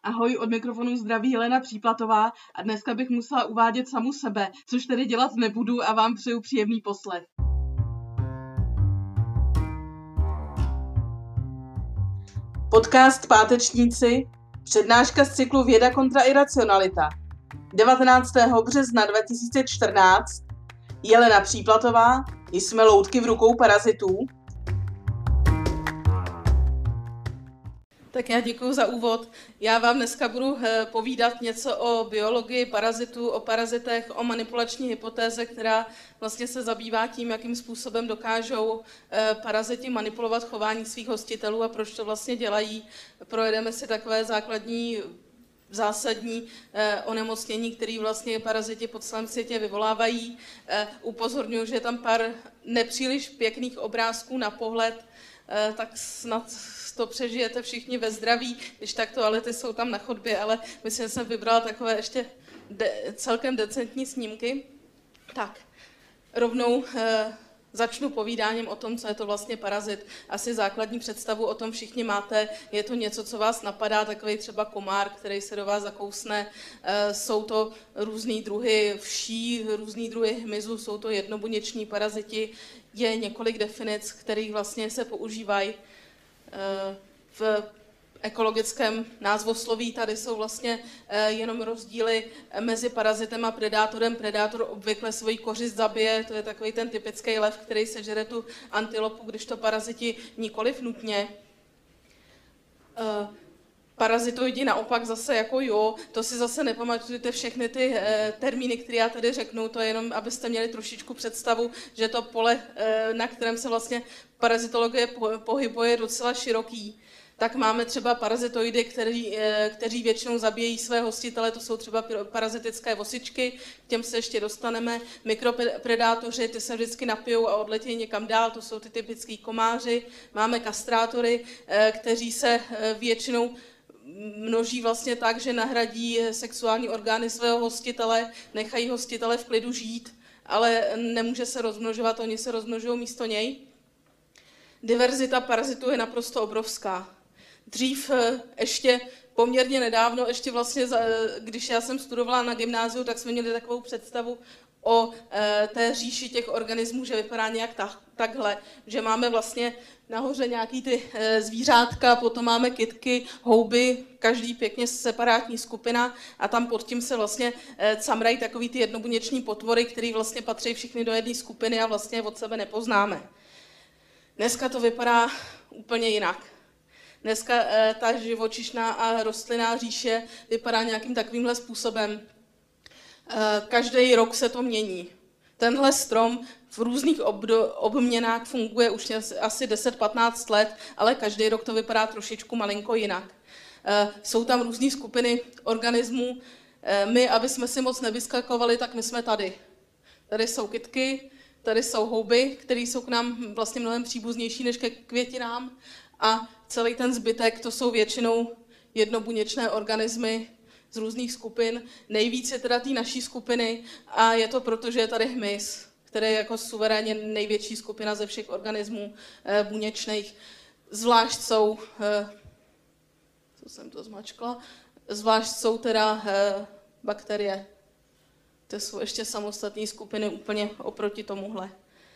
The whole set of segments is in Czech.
Ahoj, od mikrofonu zdraví Jelena Příplatová a dneska bych musela uvádět samu sebe, což tedy dělat nebudu a vám přeju příjemný poslech. Podcast Pátečníci, přednáška z cyklu Věda kontra iracionalita. 19. března 2014, Jelena Příplatová, jsme loutky v rukou parazitů. Tak já děkuji za úvod. Já vám dneska budu povídat něco o biologii parazitů, o parazitech, o manipulační hypotéze, která vlastně se zabývá tím, jakým způsobem dokážou paraziti manipulovat chování svých hostitelů a proč to vlastně dělají. Projedeme si takové základní zásadní onemocnění, které vlastně paraziti po celém světě vyvolávají. Upozorňuji, že je tam pár nepříliš pěkných obrázků na pohled, tak snad to přežijete všichni ve zdraví, když tak toalety jsou tam na chodbě, ale myslím, že jsem vybrala takové ještě celkem decentní snímky. Tak, rovnou začnu povídáním o tom, co je to vlastně parazit. Asi základní představu o tom všichni máte. Je to něco, co vás napadá, takový třeba komár, který se do vás zakousne. Jsou to různý druhy vší, různý druhy hmyzu, jsou to jednobuněční paraziti. Je několik definic, kterých vlastně se používají v ekologickém názvosloví. Tady jsou vlastně jenom rozdíly mezi parazitem a predátorem. Predátor obvykle svoji kořist zabije, to je takový ten typický lev, který sežere tu antilopu, když to paraziti nikoliv nutně. Parazitoidi naopak zase jako jo, to si zase nepamatujete všechny ty termíny, které já tady řeknu, to je jenom, abyste měli trošičku představu, že to pole, na kterém se vlastně parazitologie pohybuje, je docela široký. Tak máme třeba parazitoidy, kteří většinou zabíjejí své hostitele, to jsou třeba parazitické vosičky, k těm se ještě dostaneme. Mikropredátoři, ty se vždycky napijou a odletějí někam dál, to jsou ty typický komáři. Máme kastrátory, kteří se většinou množí vlastně tak, že nahradí sexuální orgány svého hostitele, nechají hostitele v klidu žít, ale nemůže se rozmnožovat, oni se rozmnožují místo něj. Diverzita parazitů je naprosto obrovská. Dřív ještě poměrně nedávno, ještě vlastně, když já jsem studovala na gymnáziu, tak jsme měli takovou představu o té říši těch organismů, že vypadá nějak takhle, že máme vlastně nahoře nějaký ty zvířátka, potom máme kytky, houby, každý pěkně separátní skupina a tam pod tím se vlastně camrají takový ty jednobuněční potvory, který vlastně patří všichni do jedné skupiny a vlastně od sebe nepoznáme. Dneska to vypadá úplně jinak. Dneska ta živočišná a rostlinná říše vypadá nějakým takovýmhle způsobem. Každý rok se to mění. Tenhle strom v různých obměnách funguje už asi 10-15 let, ale každý rok to vypadá trošičku malinko jinak. Jsou tam různé skupiny organismů. My, aby jsme si moc nevyskakovali, tak my jsme tady. Tady jsou kytky, tady jsou houby, které jsou k nám vlastně mnohem příbuznější než ke květinám a celý ten zbytek, to jsou většinou jednobuněčné organismy z různých skupin. Nejvíc je teda té naší skupiny a je to proto, že je tady hmyz, který je jako suverénně největší skupina ze všech organismů buněčných. Zvlášť jsou, co jsem to zmačkla, zvlášť jsou teda bakterie. To jsou ještě samostatné skupiny úplně oproti tomuhle.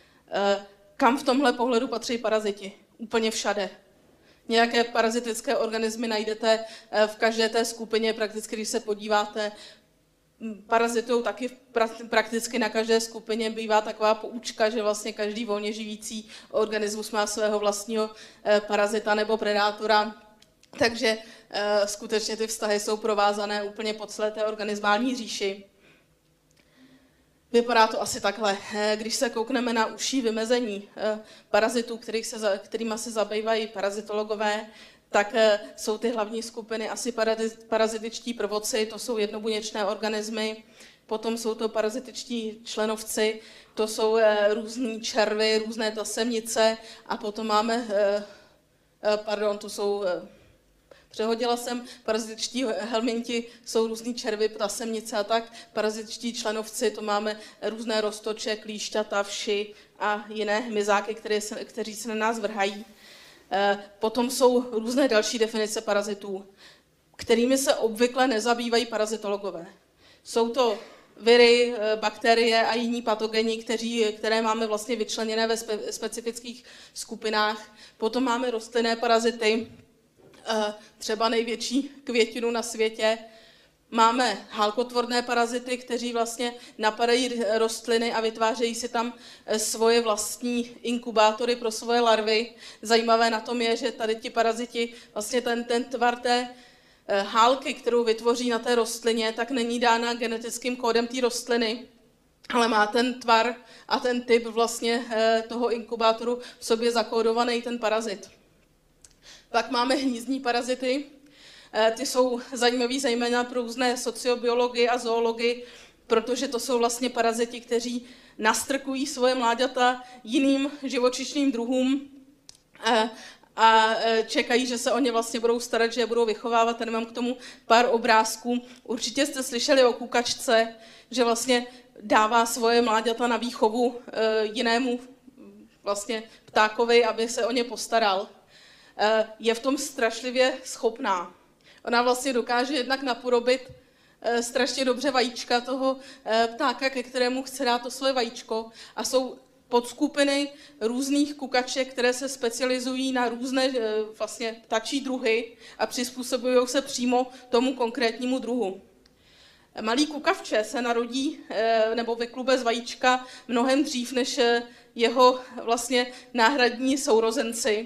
Kam v tomhle pohledu patří paraziti? Úplně všade. Nějaké parazitické organismy najdete v každé té skupině, prakticky když se podíváte. Parazitují taky prakticky na každé skupině, bývá taková poučka, že vlastně každý volně živící organismus má svého vlastního parazita nebo predátora. Takže skutečně ty vztahy jsou provázané úplně po celé té organismální říši. Vypadá to asi takhle. Když se koukneme na užší vymezení parazitů, kterými se zabývají parazitologové, tak jsou ty hlavní skupiny asi parazitičtí prvoci, to jsou jednobuněčné organismy, potom jsou to parazitičtí členovci, to jsou různý červy, různé tasemnice a potom máme, to jsou přehodila jsem, parazitičtí helminti jsou různý červy, tasemnice a tak, parazitičtí členovci, to máme různé roztoče, klíšťata, vši a jiné hmyzáky, kteří se na nás vrhají. Potom jsou různé další definice parazitů. kterými se obvykle nezabývají parazitologové. Jsou to viry, bakterie a jiní patogeni, které máme vlastně vyčleněné ve specifických skupinách. Potom máme rostlinné parazity, třeba největší květinu na světě. Máme hálkotvorné parazity, kteří vlastně napadají rostliny a vytvářejí si tam svoje vlastní inkubátory pro svoje larvy. Zajímavé na tom je, že tady ti paraziti, vlastně ten tvar té hálky, kterou vytvoří na té rostlině, tak není dána genetickým kódem té rostliny, ale má ten tvar a ten typ vlastně toho inkubátoru v sobě zakódovaný ten parazit. Pak máme hnízdní parazity. Ty jsou zajímavý zejména pro různé sociobiology a zoology, protože to jsou vlastně paraziti, kteří nastrkují svoje mláďata jiným živočišným druhům a čekají, že se o ně vlastně budou starat, že je budou vychovávat. Tady mám k tomu pár obrázků. Určitě jste slyšeli o kukačce, že vlastně dává svoje mláďata na výchovu jinému vlastně ptákovi, aby se o ně postaral. Je v tom strašlivě schopná. Ona vlastně dokáže jednak napodobit strašně dobře vajíčka toho ptáka, ke kterému chce dát to své vajíčko, a jsou podskupiny různých kukaček, které se specializují na různé vlastně ptačí druhy a přizpůsobují se přímo tomu konkrétnímu druhu. Malý kukavče se narodí nebo vyklube z vajíčka mnohem dřív než jeho vlastně náhradní sourozenci.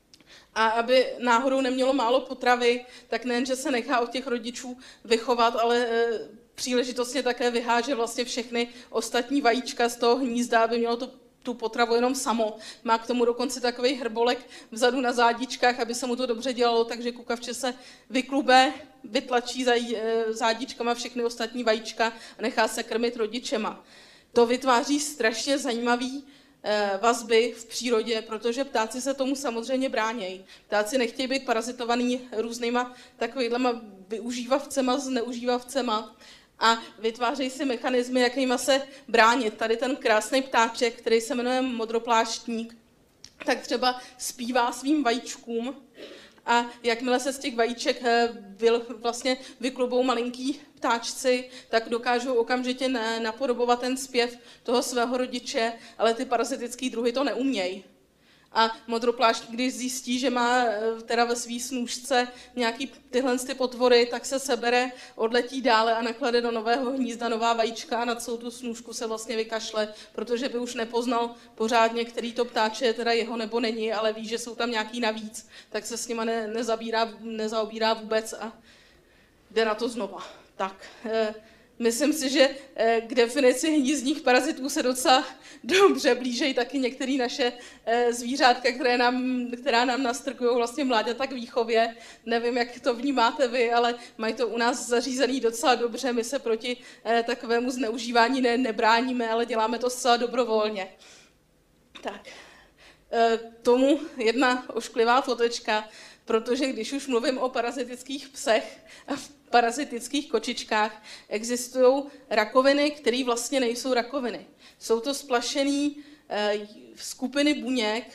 A aby náhodou nemělo málo potravy, tak nejenže se nechá od těch rodičů vychovat, ale příležitostně také vyháže vlastně všechny ostatní vajíčka z toho hnízda, aby mělo tu potravu jenom samo. Má k tomu dokonce takový hrbolek vzadu na zádičkách, aby se mu to dobře dělalo, takže kukavče se vyklube, vytlačí zádičkama všechny ostatní vajíčka a nechá se krmit rodičema. To vytváří strašně zajímavý vazby v přírodě, protože ptáci se tomu samozřejmě bránějí. Ptáci nechtějí být parazitovaný různýma takovýhlema využívavcema, zneužívavcema a vytvářejí si mechanismy, jakýma se bránit. Tady ten krásný ptáček, který se jmenuje modropláštník, tak třeba zpívá svým vajíčkům a jakmile se z těch vajíček vlastně vyklubou malinký ptáčci, tak dokážou okamžitě napodobovat ten zpěv toho svého rodiče, ale ty parazitické druhy to neumějí. A modroplášť, když zjistí, že má teda ve svý snůžce nějaký tyhle potvory, tak se sebere, odletí dále a naklade do nového hnízda nová vajíčka a na celou tu snůžku se vlastně vykašle, protože by už nepoznal pořádně, který to ptáče je teda jeho nebo není, ale ví, že jsou tam nějaký navíc, tak se s nima nezaobírá vůbec a jde na to znova. Tak, myslím si, že k definici hnízdních parazitů se docela dobře blížejí taky některé naše zvířátka, která nám nastrkují vlastně mláďata k výchově. Nevím, jak to vnímáte vy, ale mají to u nás zařízený docela dobře. My se proti takovému zneužívání nebráníme, ale děláme to zcela dobrovolně. Tak, tomu jedna ošklivá fotečka, protože když už mluvím o parazitických psech a parazitických kočičkách, existují rakoviny, které vlastně nejsou rakoviny. Jsou to splašené skupiny buněk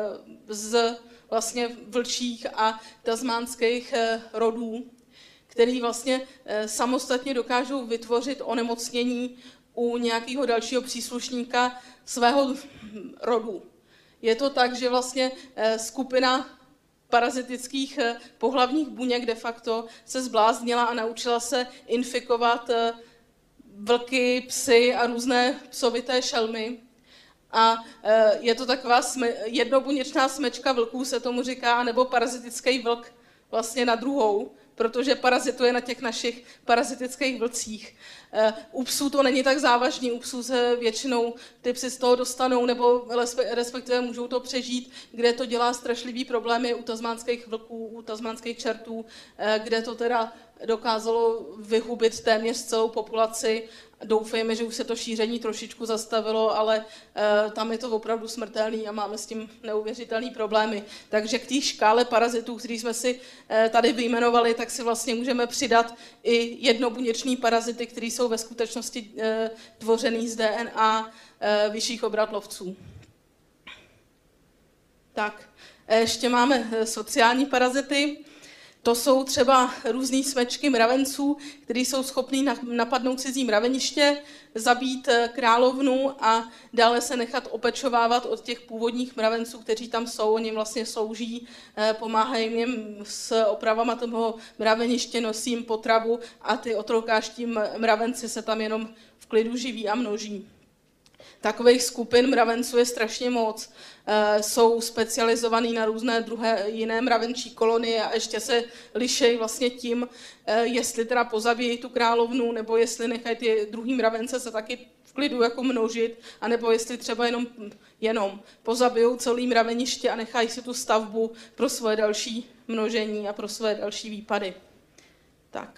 z vlastně vlčích a tasmánských rodů, které vlastně samostatně dokážou vytvořit onemocnění u nějakého dalšího příslušníka svého rodu. Je to tak, že vlastně skupina parazitických pohlavních buněk de facto se zbláznila a naučila se infikovat vlky, psy a různé psovité šelmy. A je to taková jednobuněčná smečka vlků, se tomu říká, nebo parazitický vlk vlastně na druhou, protože parazituje na těch našich parazitických vlcích. U psů to není tak závažný, u psů se většinou ty psy z toho dostanou, nebo respektive můžou to přežít, kde to dělá strašlivý problémy u tasmánských vlků, u tasmánských čertů, kde to teda dokázalo vyhubit téměř celou populaci. Doufejme, že už se to šíření trošičku zastavilo, ale tam je to opravdu smrtelný a máme s tím neuvěřitelný problémy. Takže k té škále parazitů, který jsme si tady vyjmenovali, tak si vlastně můžeme přidat i jednobuněčný parazity, které jsou ve skutečnosti tvořený z DNA vyšších obratlovců. Tak, ještě máme sociální parazity. To jsou třeba různý smečky mravenců, které jsou schopný napadnout cizí mraveniště, zabít královnu a dále se nechat opečovávat od těch původních mravenců, kteří tam jsou. Oni vlastně slouží, pomáhají jim s opravama toho mraveniště, nosí jim potravu a ty otrokáští mravenci se tam jenom v klidu živí a množí. Takových skupin mravenců je strašně moc. Jsou specializovaný na různé druhé jiné mravenčí kolonie a ještě se liší vlastně tím, jestli teda pozabíjí tu královnu, nebo jestli nechají ty druhý mravence se taky v klidu jako množit, anebo jestli třeba jenom pozabijou celý mraveniště a nechají si tu stavbu pro svoje další množení a pro svoje další výpady. Tak.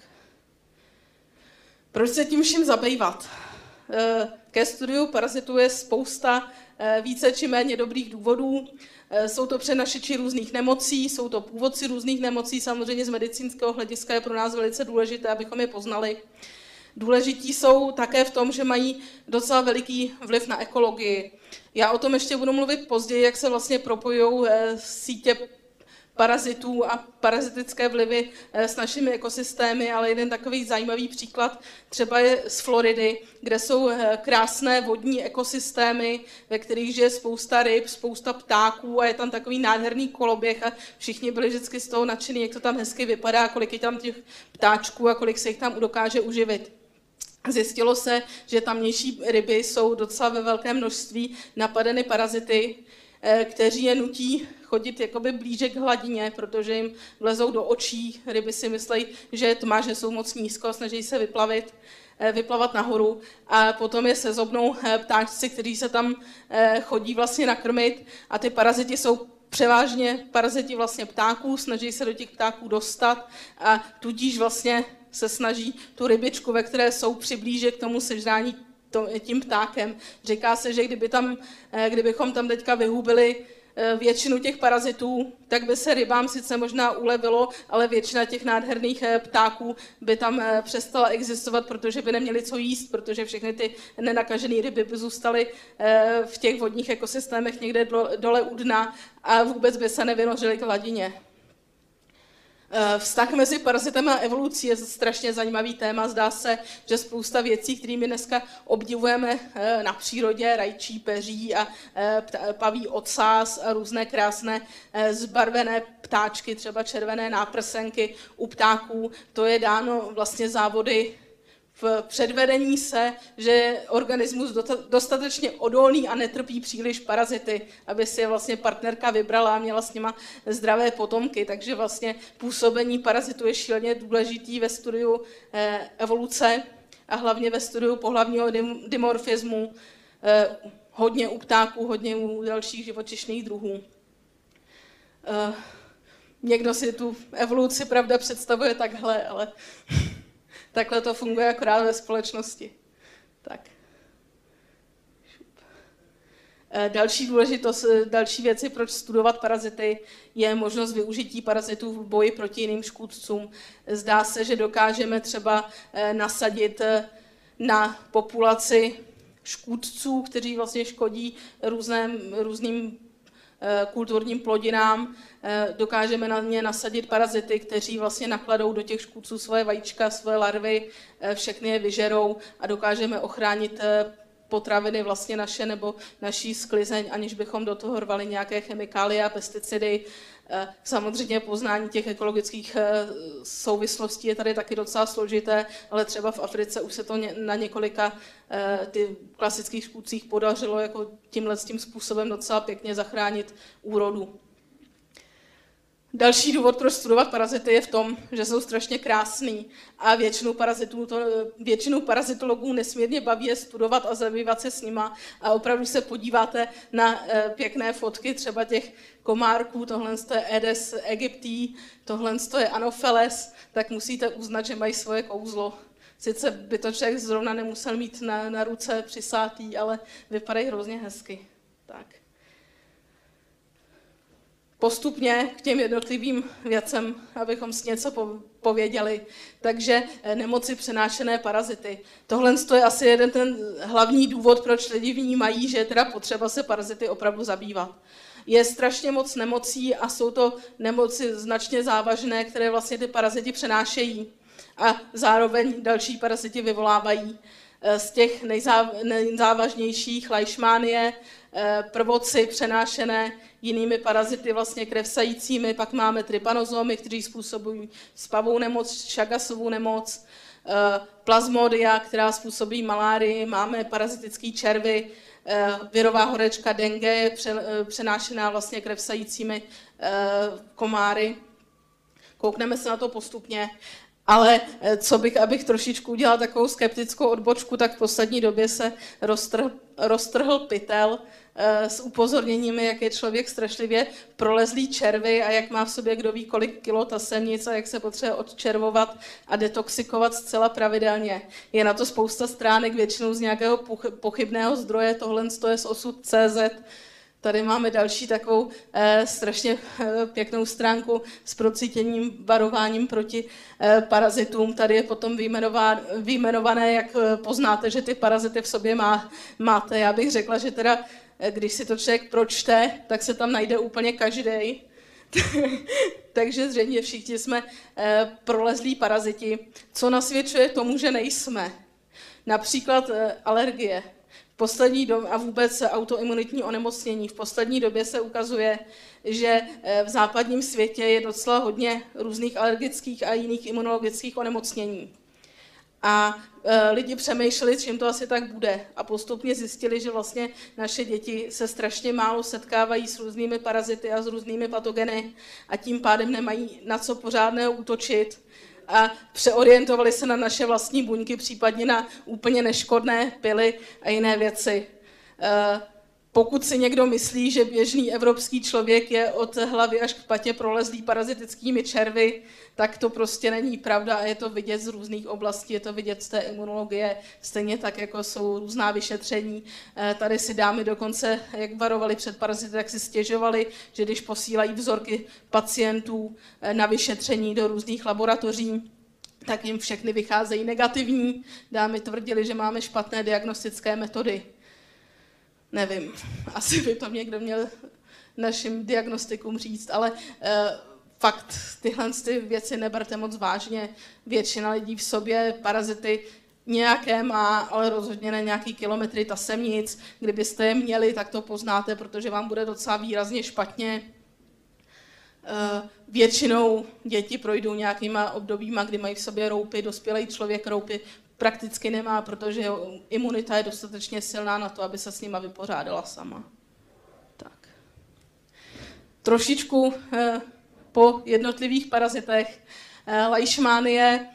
Proč se tím vším zabývat? Ke studiu parazitů je spousta více či méně dobrých důvodů. Jsou to přenašeči různých nemocí, jsou to původci různých nemocí, samozřejmě z medicínského hlediska je pro nás velice důležité, abychom je poznali. Důležití jsou také v tom, že mají docela veliký vliv na ekologii. Já o tom ještě budu mluvit později, jak se vlastně propojují sítě parazitů a parazitické vlivy s našimi ekosystémy, ale jeden takový zajímavý příklad třeba je z Floridy, kde jsou krásné vodní ekosystémy, ve kterých žije spousta ryb, spousta ptáků a je tam takový nádherný koloběh a všichni byli vždycky z toho nadšení, jak to tam hezky vypadá, kolik je tam těch ptáčků a kolik se jich tam dokáže uživit. Zjistilo se, že tamnější ryby jsou docela ve velkém množství napadeny parazity, kteří je nutí chodit jakoby blíže k hladině, protože jim vlezou do očí. Ryby si myslí, že je tma, že jsou moc nízko, snaží se vyplavat nahoru a potom je sezobnou ptáčci, kteří se tam chodí vlastně nakrmit a ty paraziti jsou převážně paraziti vlastně ptáků, snaží se do těch ptáků dostat a tudíž vlastně se snaží tu rybičku, ve které jsou, přiblížit k tomu sežrání tím ptákem. Říká se, že kdybychom tam teďka vyhubili většinu těch parazitů, tak by se rybám sice možná ulevilo, ale většina těch nádherných ptáků by tam přestala existovat, protože by neměli co jíst, protože všechny ty nenakažené ryby by zůstaly v těch vodních ekosystémech někde dole u dna a vůbec by se nevynořily k hladině. Vztah mezi parazitem a evolucí je strašně zajímavý téma. Zdá se, že spousta věcí, kterými dneska obdivujeme na přírodě, rajčí, peří a paví ocas a různé krásné zbarvené ptáčky, třeba červené náprsenky u ptáků, to je dáno vlastně závody v předvedení se, že je organismus dostatečně odolný a netrpí příliš parazity, aby si je vlastně partnerka vybrala a měla s nima zdravé potomky. Takže vlastně působení parazitu je šíleně důležitý ve studiu evoluce a hlavně ve studiu pohlavního dimorfismu, hodně u ptáků, hodně u dalších živočišných druhů. Někdo si tu evoluci, pravda, představuje takhle, ale takhle to funguje akorát ve společnosti. Tak. Další věci, proč studovat parazity, je možnost využití parazitů v boji proti jiným škůdcům. Zdá se, že dokážeme třeba nasadit na populaci škůdců, kteří vlastně škodí různým kulturním plodinám, dokážeme na ně nasadit parazity, kteří vlastně nakladou do těch škůdců svoje vajíčka, svoje larvy, všechny je vyžerou a dokážeme ochránit potraviny vlastně naše nebo naší sklizeň, aniž bychom do toho rvali nějaké chemikálie a pesticidy. Samozřejmě poznání těch ekologických souvislostí je tady taky docela složité, ale třeba v Africe už se to na několika ty klasických škůdcích podařilo jako tímhletím způsobem docela pěkně zachránit úrodu. Další důvod, proč studovat parazity, je v tom, že jsou strašně krásný a většinu parazitologů nesmírně baví je studovat a zabývat se s nima a opravdu se podíváte na pěkné fotky třeba těch komárků, tohle je Aedes aegypti, tohle je Anopheles, tak musíte uznat, že mají svoje kouzlo. Sice by to člověk zrovna nemusel mít na ruce přisátý, ale vypadají hrozně hezky. Tak. Postupně k těm jednotlivým věcem, abychom si něco pověděli. Takže nemoci přenášené parazity. Tohle je asi jeden ten hlavní důvod, proč lidi vnímají, že je teda potřeba se parazity opravdu zabývat. Je strašně moc nemocí a jsou to nemoci značně závažné, které vlastně ty paraziti přenášejí a zároveň další paraziti vyvolávají. Z těch nejzávažnějších leishmanie, prvoci přenášené jinými parazity, vlastně krevsajícími, pak máme trypanozomy, kteří způsobují spavou nemoc, Chagassovu nemoc, plazmodia, která způsobí malárii, máme parazitické červy, virová horečka dengue je přenášená vlastně krevsajícími komáry. Koukneme se na to postupně. Ale abych trošičku udělala takovou skeptickou odbočku, tak v poslední době se roztrhl pytel s upozorněními, jak je člověk strašlivě prolezlý červy a jak má v sobě kdo ví kolik kilo tasemnic a jak se potřebuje odčervovat a detoxikovat zcela pravidelně. Je na to spousta stránek, většinou z nějakého pochybného zdroje, tohle je z osud.cz. Tady máme další takovou strašně pěknou stránku s procítěním, varováním proti parazitům. Tady je potom vyjmenované, jak poznáte, že ty parazity v sobě máte. Já bych řekla, že teda, když si to člověk pročte, tak se tam najde úplně každý. Takže zřejmě všichni jsme prolezlí paraziti, co nasvědčuje tomu, že nejsme. Například alergie. Poslední době a vůbec autoimunitní onemocnění. V poslední době se ukazuje, že v západním světě je docela hodně různých alergických a jiných imunologických onemocnění. A lidi přemýšleli, čím to asi tak bude. A postupně zjistili, že vlastně naše děti se strašně málo setkávají s různými parazity a s různými patogeny a tím pádem nemají na co pořádného útočit. A přeorientovali se na naše vlastní buňky, případně na úplně neškodné pily a jiné věci. Pokud si někdo myslí, že běžný evropský člověk je od hlavy až k patě prolezlý parazitickými červy, tak to prostě není pravda a je to vidět z různých oblastí, je to vidět z té imunologie, stejně tak, jako jsou různá vyšetření. Tady si dámy dokonce, jak varovali před parazity, tak si stěžovali, že když posílají vzorky pacientů na vyšetření do různých laboratoří, tak jim všechny vycházejí negativní. Dámy tvrdili, že máme špatné diagnostické metody. Nevím, asi by to někdo měl našim diagnostikům říct, ale fakt tyhle věci neberte moc vážně. Většina lidí v sobě parazity nějaké má, ale rozhodně ne nějaký kilometry tasemnic. Kdybyste je měli, tak to poznáte, protože vám bude docela výrazně špatně. Většinou děti projdou nějakýma obdobíma, kdy mají v sobě roupy, dospělý člověk roupy prakticky nemá, protože imunita je dostatečně silná na to, aby se s nima vypořádala sama. Tak. Trošičku po jednotlivých parazitech. Leishmanie,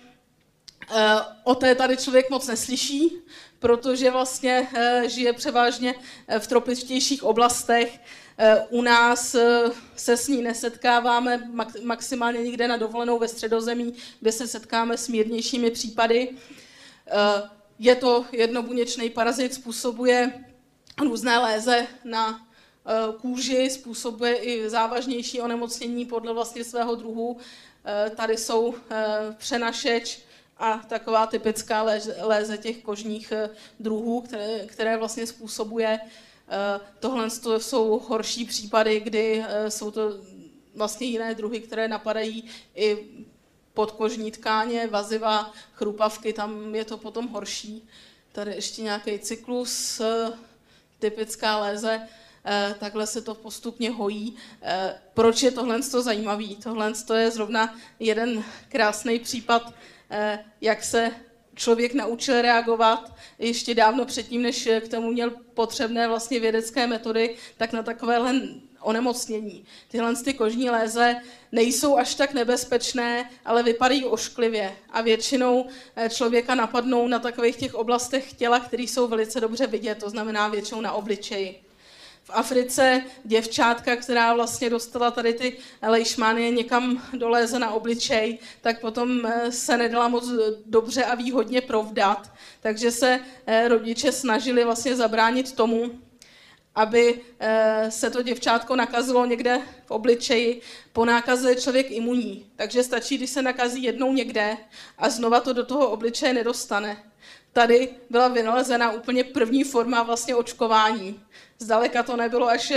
o té tady člověk moc neslyší, protože vlastně žije převážně v tropičtějších oblastech. U nás se s ní nesetkáváme, maximálně někde na dovolenou ve Středozemí, kde se setkáme s mírnějšími případy. Je to jednobuněčný parazit, způsobuje různé léze na kůži, způsobuje i závažnější onemocnění podle vlastně svého druhu. Tady jsou přenašeč a taková typická léze těch kožních druhů, které vlastně způsobuje. Tohle jsou horší případy, kdy jsou to vlastně jiné druhy, které napadají i podkožní tkáně, vaziva, chrupavky, tam je to potom horší. Tady ještě nějaký cyklus, typická léze, takhle se to postupně hojí. Proč je tohle zajímavý? Tohle je zrovna jeden krásný případ, jak se člověk naučil reagovat ještě dávno předtím, než k tomu měl potřebné vlastně vědecké metody, tak na takovéhle onemocnění. Tyhle kožní léze nejsou až tak nebezpečné, ale vypadají ošklivě a většinou člověka napadnou na takových těch oblastech těla, které jsou velice dobře vidět, to znamená většinou na obličeji. V Africe děvčátka, která vlastně dostala tady ty leishmanie někam do léze na obličej, tak potom se nedala moc dobře a výhodně provdat. Takže se rodiče snažili vlastně zabránit tomu, aby se to děvčátko nakazilo někde v obličeji. Po nákaze je člověk imunní, takže stačí, když se nakazí jednou někde a znova to do toho obličeje nedostane. Tady byla vynalezena úplně první forma vlastně očkování. Zdaleka to nebylo až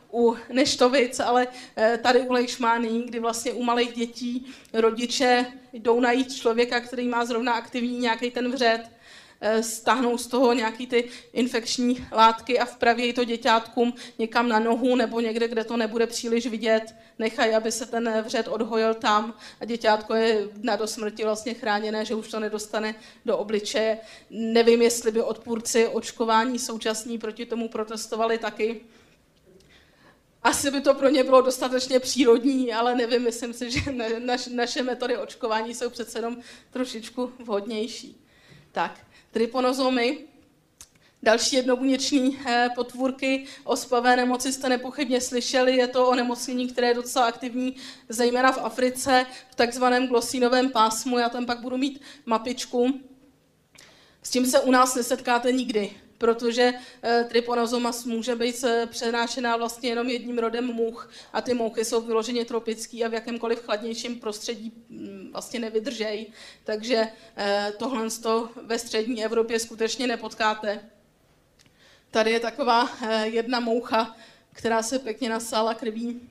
u Neštovic, ale tady u Lejšmány, kdy vlastně u malých dětí rodiče jdou najít člověka, který má zrovna aktivní nějaký ten vřet, stáhnou z toho nějaký ty infekční látky a vpravějí to děťátkům někam na nohu nebo někde, kde to nebude příliš vidět, nechají, aby se ten vřet odhojil tam a děťátko je na do smrti vlastně chráněné, že už to nedostane do obličeje. Nevím, jestli by odpůrci očkování současní proti tomu protestovali taky. Asi by to pro ně bylo dostatečně přírodní, ale nevím, myslím si, že naše metody očkování jsou přece jenom trošičku vhodnější. Tak, trypanozomy, další jednobuněční potvůrky ospavé nemoci jste nepochybně slyšeli, je to onemocnění, které je docela aktivní, zejména v Africe, v takzvaném glosínovém pásmu, já tam pak budu mít mapičku. S tím se u nás nesetkáte nikdy, protože trypanozoma může být přenášená vlastně jenom jedním rodem mouch a ty mouchy jsou vyloženě tropický a v jakémkoliv chladnějším prostředí vlastně nevydržejí. Takže tohle ve střední Evropě skutečně nepotkáte. Tady je taková jedna moucha, která se pěkně nasála krví.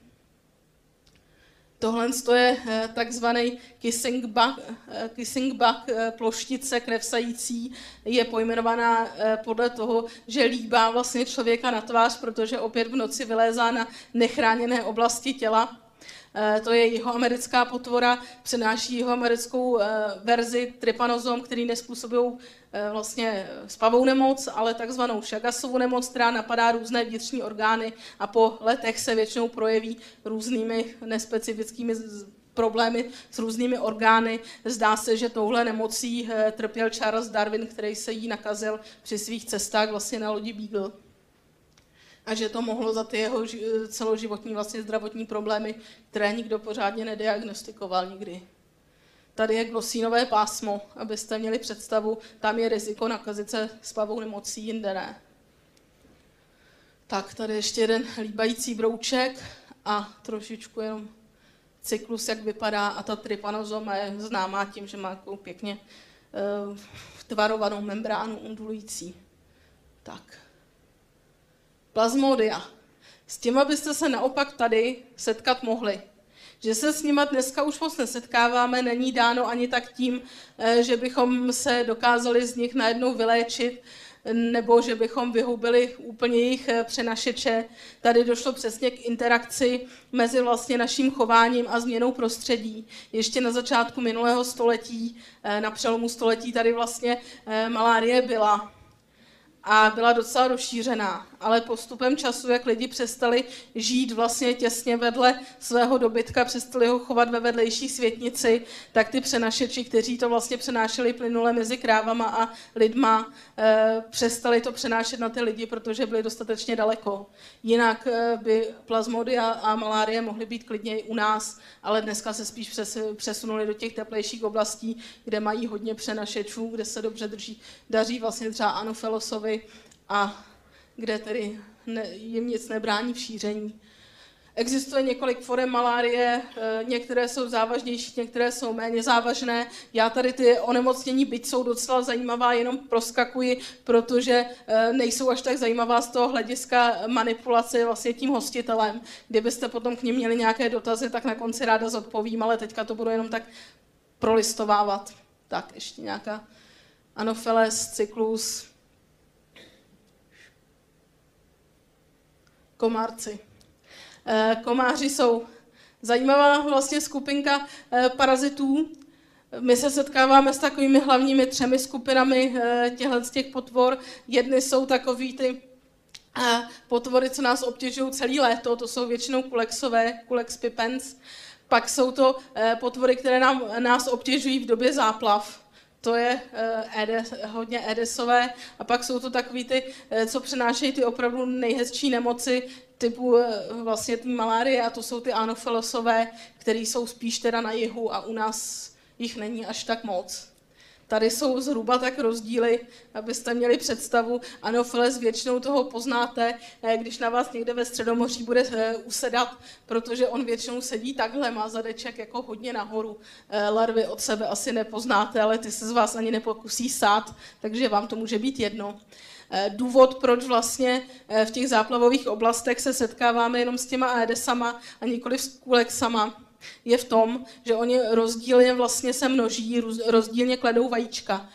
Tohle je takzvaný kissing bug, ploštice krevsající, je pojmenovaná podle toho, že líbá vlastně člověka na tvář, protože opět v noci vylézá na nechráněné oblasti těla. To je jihoamerická potvora, přenáší jihoamerickou verzi trypanozom, který nezpůsobují vlastně spavou nemoc, ale takzvanou Chagassovu nemoc, která napadá různé vnitřní orgány a po letech se většinou projeví různými nespecifickými problémy s různými orgány. Zdá se, že touhle nemocí trpěl Charles Darwin, který se jí nakazil při svých cestách vlastně na lodi Beagle. A že to mohlo za ty jeho celoživotní vlastně zdravotní problémy, které nikdo pořádně nediagnostikoval nikdy. Tady je glosínové pásmo, abyste měli představu, tam je riziko nakazit se spavou nemocí, jinde ne. Tak, tady ještě jeden líbající brouček a trošičku jenom cyklus, jak vypadá, a ta trypanozoma je známá tím, že má takovou pěkně tvarovanou membránu undulující. Tak. Plasmodia. S těma byste se naopak tady setkat mohli. Že se s nima dneska už moc nesetkáváme, není dáno ani tak tím, že bychom se dokázali z nich najednou vyléčit, nebo že bychom vyhubili úplně jejich přenašeče. Tady došlo přesně k interakci mezi vlastně naším chováním a změnou prostředí. Ještě na začátku minulého století, na přelomu století, tady vlastně malárie byla. A byla docela rozšířená, ale postupem času, jak lidi přestali žít vlastně těsně vedle svého dobytka, přestali ho chovat ve vedlejší světnici, tak ty přenašeči, kteří to vlastně přenášeli plynule mezi krávama a lidma, přestali to přenášet na ty lidi, protože byli dostatečně daleko. Jinak by plasmodia a malárie mohly být klidně i u nás, ale dneska se spíš přesunuli do těch teplejších oblastí, kde mají hodně přenašečů, kde se dobře daří vlastně třeba Anophelosovi, a kde tedy jim nic nebrání v šíření. Existuje několik forem malárie, některé jsou závažnější, některé jsou méně závažné. Já tady ty onemocnění, byť jsou docela zajímavá, jenom proskakuji, protože nejsou až tak zajímavá z toho hlediska manipulace vlastně tím hostitelem. Kdybyste potom k nim měli nějaké dotazy, tak na konci ráda zodpovím, ale teďka to budu jenom tak prolistovávat. Tak, ještě nějaká Anopheles, cyklus, komárci. Komáři jsou zajímavá vlastně skupinka parazitů. My se setkáváme s takovými hlavními 3 skupinami těch potvor. Jedny jsou takový ty potvory, co nás obtěžují celý léto, to jsou většinou kulexové, Culex pipens. Pak jsou to potvory, které nás obtěžují v době záplav. To je hodně edesové. A pak jsou to takový ty, co přenášejí ty opravdu nejhezčí nemoci, typu vlastně ty malárie, a to jsou ty anophelosové, které jsou spíš teda na jihu a u nás jich není až tak moc. Tady jsou zhruba tak rozdíly, abyste měli představu. Anopheles většinou toho poznáte, když na vás někde ve Středomoří bude usedat, protože on většinou sedí takhle, má zadeček jako hodně nahoru. Larvy od sebe asi nepoznáte, ale ty se z vás ani nepokusí sát, takže vám to může být jedno. Důvod, proč vlastně v těch záplavových oblastech se setkáváme jenom s těma aedesama a nikoliv s kulexama, je v tom, že oni rozdílně vlastně se množí, rozdílně kladou vajíčka.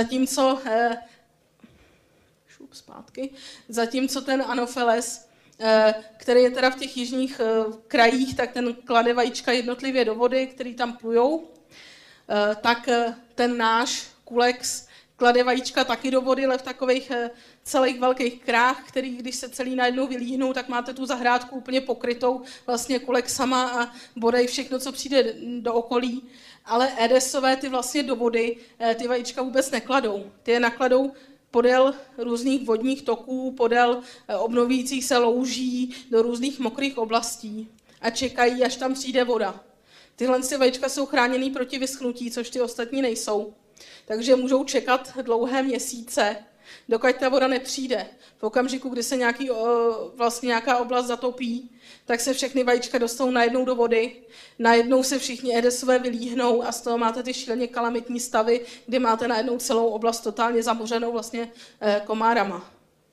Zatímco ten Anopheles, který je teda v těch jižních krajích, tak ten klade vajíčka jednotlivě do vody, který tam plujou, tak ten náš kulex klade vajíčka taky do vody, ale v takových celých velkých krách, který když se celý najednou vylíhnou, tak máte tu zahrádku úplně pokrytou vlastně kulexama a bodej všechno, co přijde do okolí. Ale edesové ty vlastně do vody ty vajíčka vůbec nekladou. Ty je nakladou podél různých vodních toků, podél obnovujících se louží do různých mokrých oblastí a čekají, až tam přijde voda. Tyhle vajíčka jsou chráněný proti vyschnutí, což ty ostatní nejsou. Takže můžou čekat dlouhé měsíce, dokud ta voda nepřijde. V okamžiku, kdy se nějaká oblast zatopí, tak se všechny vajíčka dostanou najednou do vody, najednou se všichni edesové vylíhnou a z toho máte ty šíleně kalamitní stavy, kdy máte najednou celou oblast totálně zamořenou vlastně komárama.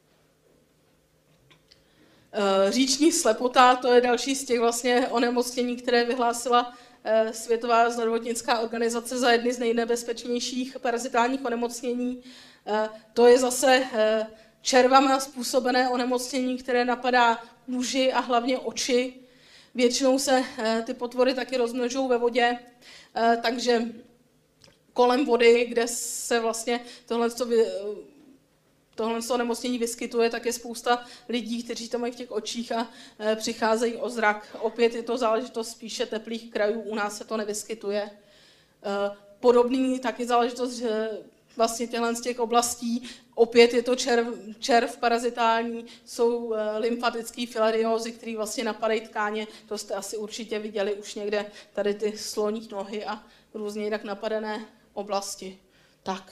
Říční slepota, to je další z těch vlastně onemocnění, které vyhlásila Světová zdravotnická organizace za jedny z nejnebezpečnějších parazitálních onemocnění. To je zase červama způsobené onemocnění, které napadá kůži a hlavně oči. Většinou se ty potvory taky rozmnožují ve vodě, takže kolem vody, kde se vlastně tohle onemocnění vyskytuje, tak je spousta lidí, kteří to mají v těch očích a přicházejí o zrak. Opět je to záležitost spíše teplých krajů, u nás se to nevyskytuje. Podobný taky záležitost vlastně z těch oblastí, opět je to červ parazitální, jsou lymfatické filariózy, které vlastně napadají tkáně, to jste asi určitě viděli už někde, tady ty sloní nohy a různě jinak napadené oblasti. Tak.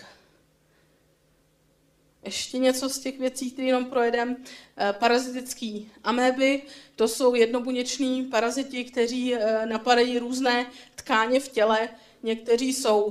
Ještě něco z těch věcí, které jenom projedeme. Parazitický améby, to jsou jednobuněční paraziti, kteří napadají různé tkáně v těle. Někteří jsou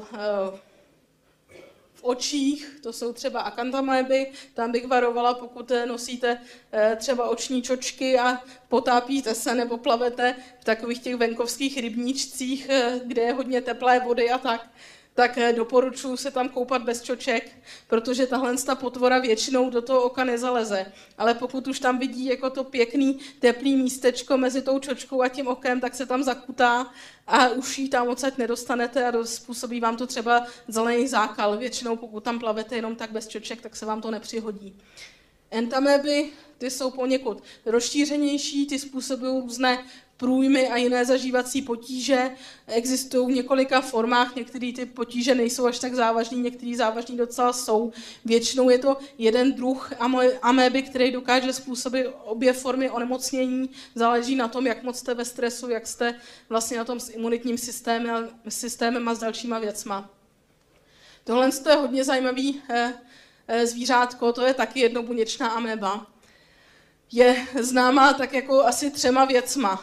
v očích, to jsou třeba akantaméby, tam bych varovala, pokud nosíte třeba oční čočky a potápíte se nebo plavete v takových těch venkovských rybníčcích, kde je hodně teplé vody a tak doporučuji se tam koupat bez čoček, protože tahle potvora většinou do toho oka nezaleze. Ale pokud už tam vidí jako to pěkný, teplý místečko mezi tou čočkou a tím okem, tak se tam zakutá a už ji tam odsaď nedostanete a způsobí vám to třeba zelený zákal. Většinou pokud tam plavete jenom tak bez čoček, tak se vám to nepřihodí. Entaméby, ty jsou poněkud rozšířenější, ty způsobují různé průjmy a jiné zažívací potíže. Existují v několika formách, některé ty potíže nejsou až tak závažný, některé závažný docela jsou. Většinou je to jeden druh améby, který dokáže způsobit obě formy onemocnění. Záleží na tom, jak moc jste ve stresu, jak jste vlastně na tom s imunitním systémem a s dalšíma věcma. Tohle je hodně zajímavý zvířátko, to je taky jednobuněčná améba. Je známá tak jako asi 3 věcma.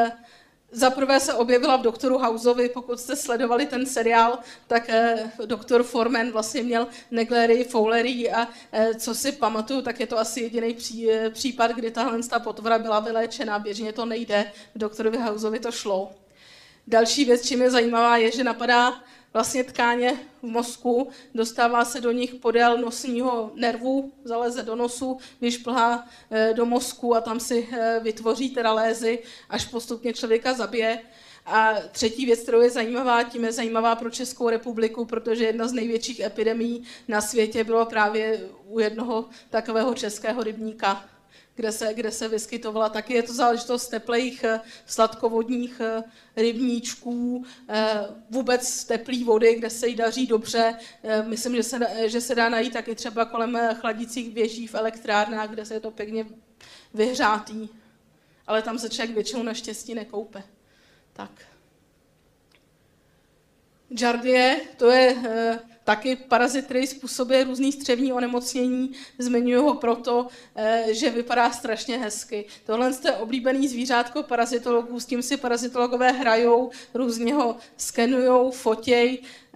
Za prvé se objevila v Doktoru Houseovi, pokud jste sledovali ten seriál, tak doktor Foreman vlastně měl Naeglerii fowleri a co si pamatuju, tak je to asi jediný případ, kdy tahle potvora byla vyléčená, běžně to nejde, v Doktorovi Houseovi to šlo. Další věc, čím je zajímavá, je, že napadá vlastně tkáně v mozku, dostává se do nich podél nosního nervu, zaleze do nosu, vyšplhá do mozku a tam si vytvoří teda lézy, až postupně člověka zabije. A třetí věc, kterou je zajímavá, tím je zajímavá pro Českou republiku, protože jedna z největších epidemií na světě bylo právě u jednoho takového českého rybníka, kde se vyskytovala. Taky je to záležitost teplých sladkovodních rybníčků, vůbec teplé vody, kde se jí daří dobře. Myslím, že se dá najít taky třeba kolem chladicích věží v elektrárnách, kde se je to pěkně vyhřátý. Ale tam se člověk většinou naštěstí nekoupe. Tak. Giardia, to je taky parazit, který způsobuje různý střevní onemocnění. Zmiňuji ho proto, že vypadá strašně hezky. Tohle je oblíbený zvířátko parazitologů, s tím si parazitologové hrajou, různě ho skenujou, fotěj,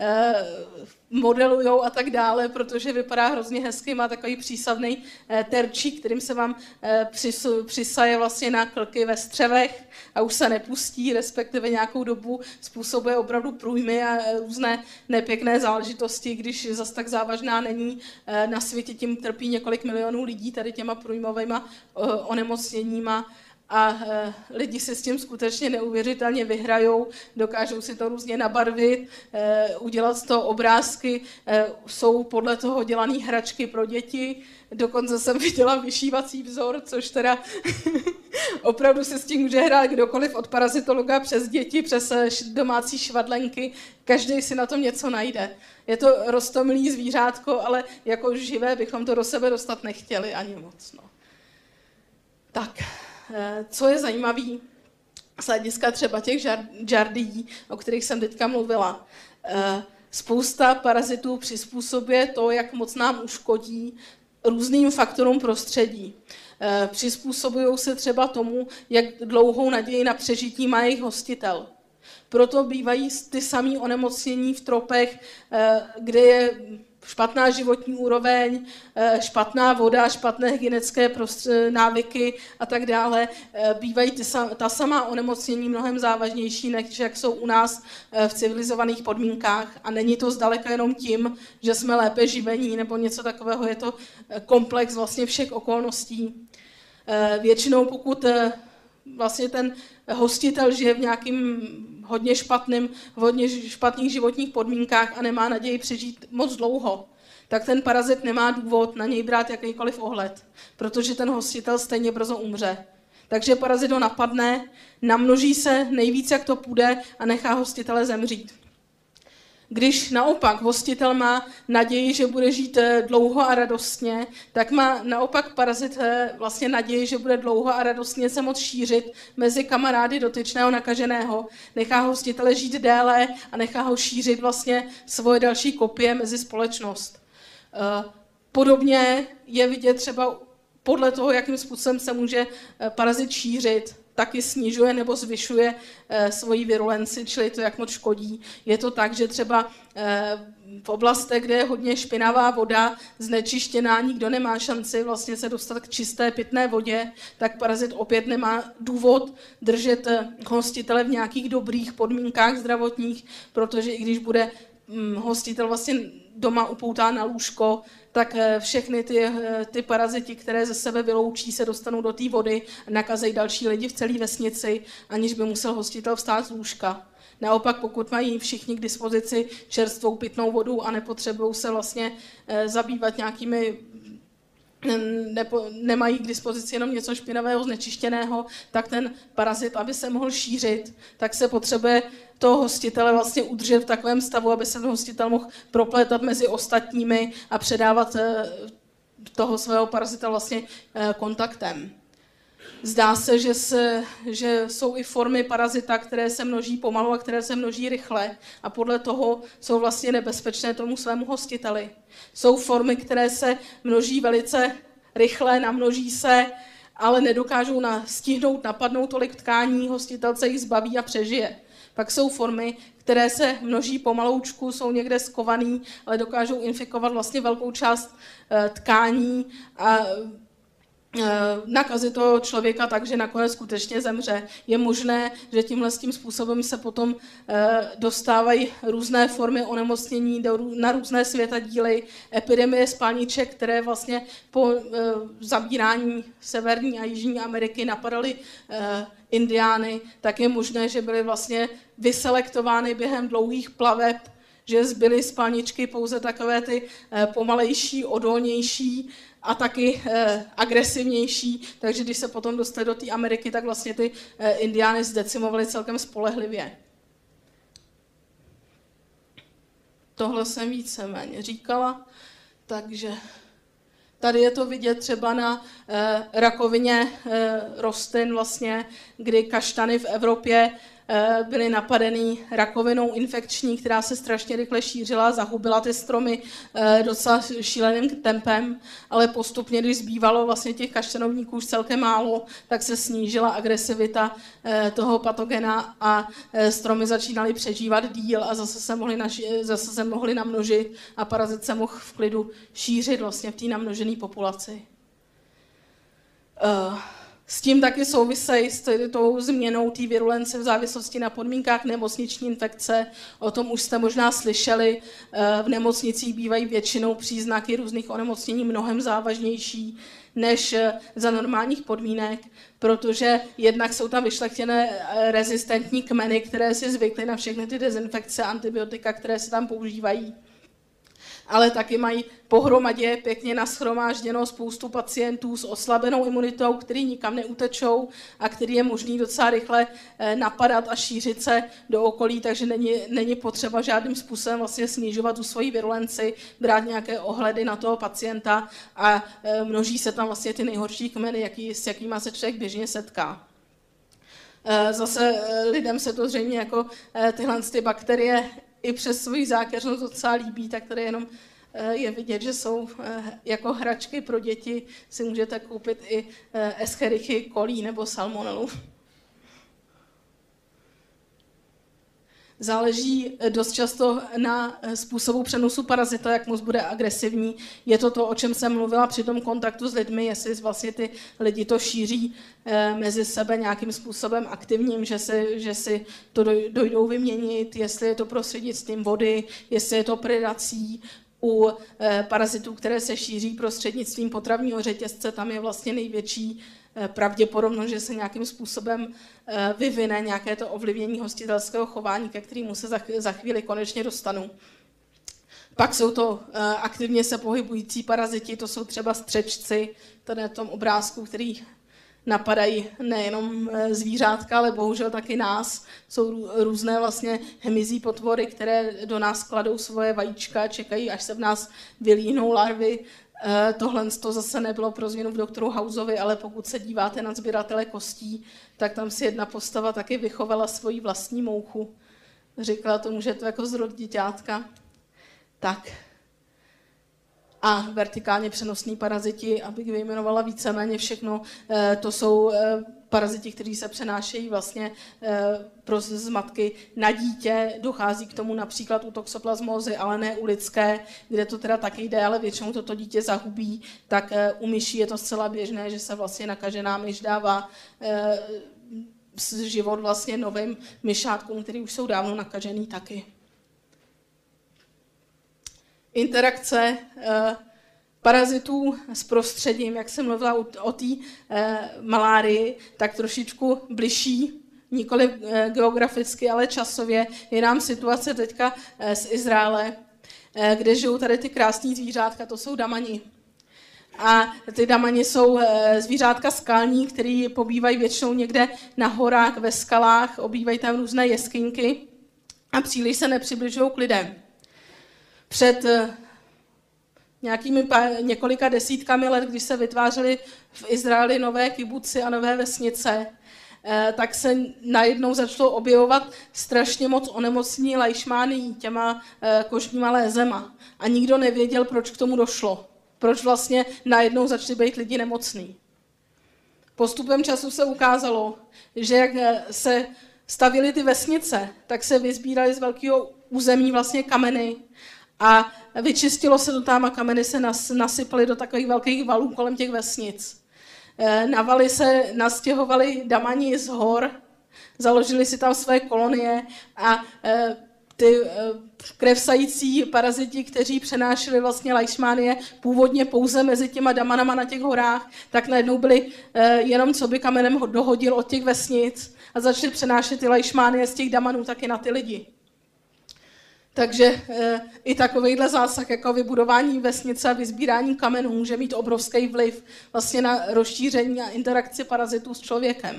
modelujou a tak dále, protože vypadá hrozně hezky, má takový přísavný terčík, kterým se vám přisaje vlastně na klky ve střevech a už se nepustí, respektive nějakou dobu způsobuje opravdu průjmy a různé nepěkné záležitosti, když zas tak závažná není. Na světě tím trpí několik milionů lidí tady těma průjmovýma onemocněníma. A lidi si s tím skutečně neuvěřitelně vyhrajou, dokážou si to různě nabarvit, udělat z toho obrázky, jsou podle toho dělané hračky pro děti, dokonce jsem viděla vyšívací vzor, což teda opravdu se s tím může hrát kdokoliv od parazitologa přes děti, přes domácí švadlenky, každý si na tom něco najde. Je to roztomilý zvířátko, ale jako živé bychom to do sebe dostat nechtěli ani moc. No. Tak. Co je zajímavé z hlediska třeba těch žardií, o kterých jsem teďka mluvila. Spousta parazitů přizpůsobuje to, jak moc nám uškodí různým faktorům prostředí. Přizpůsobují se třeba tomu, jak dlouhou naději na přežití má jejich hostitel. Proto bývají ty samé onemocnění v tropech, kde je špatná životní úroveň, špatná voda, špatné hygienické návyky a tak dále. Bývají ta samá onemocnění mnohem závažnější, než jak jsou u nás v civilizovaných podmínkách. A není to zdaleka jenom tím, že jsme lépe živení nebo něco takového. Je to komplex vlastně všech okolností. Většinou pokud vlastně ten hostitel žije v nějakým hodně špatných životních podmínkách a nemá naději přežít moc dlouho, tak ten parazit nemá důvod na něj brát jakýkoliv ohled, protože ten hostitel stejně brzo umře. Takže parazit ho napadne, namnoží se nejvíc, jak to půjde a nechá hostitele zemřít. Když naopak hostitel má naději, že bude žít dlouho a radostně, tak má naopak parazit vlastně naději, že bude dlouho a radostně se moc šířit mezi kamarády dotyčného nakaženého. Nechá hostitele žít déle a nechá ho šířit vlastně svoje další kopie mezi společnost. Podobně je vidět třeba podle toho, jakým způsobem se může parazit šířit, taky snižuje nebo zvyšuje svoji virulenci, čili to, jak moc škodí. Je to tak, že třeba v oblastech, kde je hodně špinavá voda, znečištěná, nikdo nemá šanci vlastně se dostat k čisté pitné vodě, tak parazit opět nemá důvod držet hostitele v nějakých dobrých podmínkách zdravotních, protože i když bude hostitel vlastně doma upoután na lůžko, tak všechny ty paraziti, které ze sebe vyloučí, se dostanou do té vody a nakazejí další lidi v celé vesnici, aniž by musel hostitel vstát z lůžka. Naopak, pokud mají všichni k dispozici čerstvou pitnou vodu a nepotřebují se vlastně zabývat nějakými, nemají k dispozici jenom něco špinavého, znečištěného, tak ten parazit, aby se mohl šířit, tak se potřebuje toho hostitele vlastně udržet v takovém stavu, aby se ten hostitel mohl proplétat mezi ostatními a předávat toho svého parazita vlastně kontaktem. Zdá se, že jsou i formy parazita, které se množí pomalu a které se množí rychle a podle toho jsou vlastně nebezpečné tomu svému hostiteli. Jsou formy, které se množí velice rychle, namnoží se, ale nedokážou stihnout napadnout tolik tkání, hostitel se jich zbaví a přežije. Pak jsou formy, které se množí pomaloučku, jsou někde skovaný, ale dokážou infikovat vlastně velkou část tkání a nakazit toho člověka tak, že nakonec skutečně zemře. Je možné, že tímhle způsobem se potom dostávají různé formy onemocnění na různé světadíly, epidemie spalniček, které vlastně po zabírání Severní a Jižní Ameriky napadaly Indiány, tak je možné, že byly vlastně vyselektovány během dlouhých plaveb, že zbyly spalničky pouze takové ty pomalejší, odolnější a taky agresivnější, takže když se potom dostali do té Ameriky, tak vlastně ty Indiány zdecimovali celkem spolehlivě. Tohle jsem víceméně říkala, takže tady je to vidět třeba na rakovině rostlin, vlastně, kdy kaštany v Evropě byly napadený rakovinou infekční, která se strašně rychle šířila, zahubila ty stromy docela šíleným tempem, ale postupně, když zbývalo vlastně těch kaštanovníků už celkem málo, tak se snížila agresivita toho patogena a stromy začínaly přežívat díl a zase se mohly namnožit a parazit se mohl v klidu šířit vlastně v té namnožené populaci. S tím taky souvisejí s tou změnou té virulence v závislosti na podmínkách nemocniční infekce. O tom už jste možná slyšeli. V nemocnicích bývají většinou příznaky různých onemocnění mnohem závažnější než za normálních podmínek, protože jednak jsou tam vyšlechtěné rezistentní kmeny, které si zvykly na všechny ty dezinfekce, antibiotika, které se tam používají. Ale taky mají pohromadě pěkně nashromážděno spoustu pacientů s oslabenou imunitou, který nikam neutečou a který je možný docela rychle napadat a šířit se do okolí, takže není potřeba žádným způsobem vlastně snižovat tu svoji virulenci, brát nějaké ohledy na toho pacienta a množí se tam vlastně ty nejhorší kmeny, s jakýma se člověk běžně setká. Zase lidem se to zřejmě jako tyhle ty bakterie i přes svoji zákeřnost docela líbí, tak tady jenom je vidět, že jsou jako hračky pro děti, si můžete koupit i Escherichia coli nebo salmonelu. Záleží dost často na způsobu přenosu parazita, jak moc bude agresivní. Je to, o čem jsem mluvila při tom kontaktu s lidmi, jestli vlastně ty lidi to šíří mezi sebe nějakým způsobem aktivním, že si to dojdou vyměnit, jestli je to prostřednictvím vody, jestli je to predací. U parazitů, které se šíří prostřednictvím potravního řetězce, tam je vlastně největší pravděpodobnost, že se nějakým způsobem vyvine nějaké to ovlivnění hostitelského chování, ke kterému se za chvíli konečně dostanu. Pak jsou to aktivně se pohybující paraziti, to jsou třeba střečci, tady na tom obrázku, který napadají nejenom zvířátka, ale bohužel taky nás. Jsou různé vlastně hmyzí potvory, které do nás kladou svoje vajíčka, čekají, až se v nás vylíhnou larvy. Tohle to zase nebylo pro změnu v doktoru Houseovi, ale pokud se díváte na sběratele kostí, tak tam si jedna postava taky vychovala svoji vlastní mouchu. Říkala tomu, že to jako zrod děťátka. Tak. A vertikálně přenosní paraziti, abych vyjmenovala víceméně všechno, to jsou paraziti, kteří se přenášejí vlastně z matky na dítě. Dochází k tomu například u toxoplasmózy, ale ne u lidské, kde to teda taky jde, ale většinou toto dítě zahubí. Tak u myší je to zcela běžné, že se vlastně nakažená myš dává život vlastně novým myšátkům, který už jsou dávno nakažený taky. Interakce parazitů s prostředím, jak jsem mluvila o té malárii, tak trošičku bližší, nikoli geograficky, ale časově. Je nám situace teďka z Izraele, kde žijou tady ty krásné zvířátka, to jsou damani. A ty damani jsou zvířátka skalní, které pobývají většinou někde na horách, ve skalách, obývají tam různé jeskyňky a příliš se nepřibližují k lidem. Před několika desítkami let, když se vytvářely v Izraeli nové kibuci a nové vesnice, tak se najednou začalo objevovat strašně moc onemocnění leishmanií, těma kožníma lézema. A nikdo nevěděl, proč k tomu došlo. Proč vlastně najednou začali být lidi nemocní. Postupem času se ukázalo, že jak se stavěly ty vesnice, tak se vysbíraly z velkého území vlastně kameny a vyčistilo se to tam a kameny se nasypaly do takových velkých valů kolem těch vesnic. Na valy se nastěhovali damani z hor, založili si tam své kolonie a ty krevsající paraziti, kteří přenášeli vlastně leishmanie původně pouze mezi těma damanama na těch horách, tak najednou byli jenom co by kamenem dohodil od těch vesnic a začali přenášet ty leishmanie z těch damanů taky na ty lidi. Takže i takovýhle zásah jako vybudování vesnice a vysbírání kamenů může mít obrovský vliv vlastně na rozšíření a interakci parazitů s člověkem.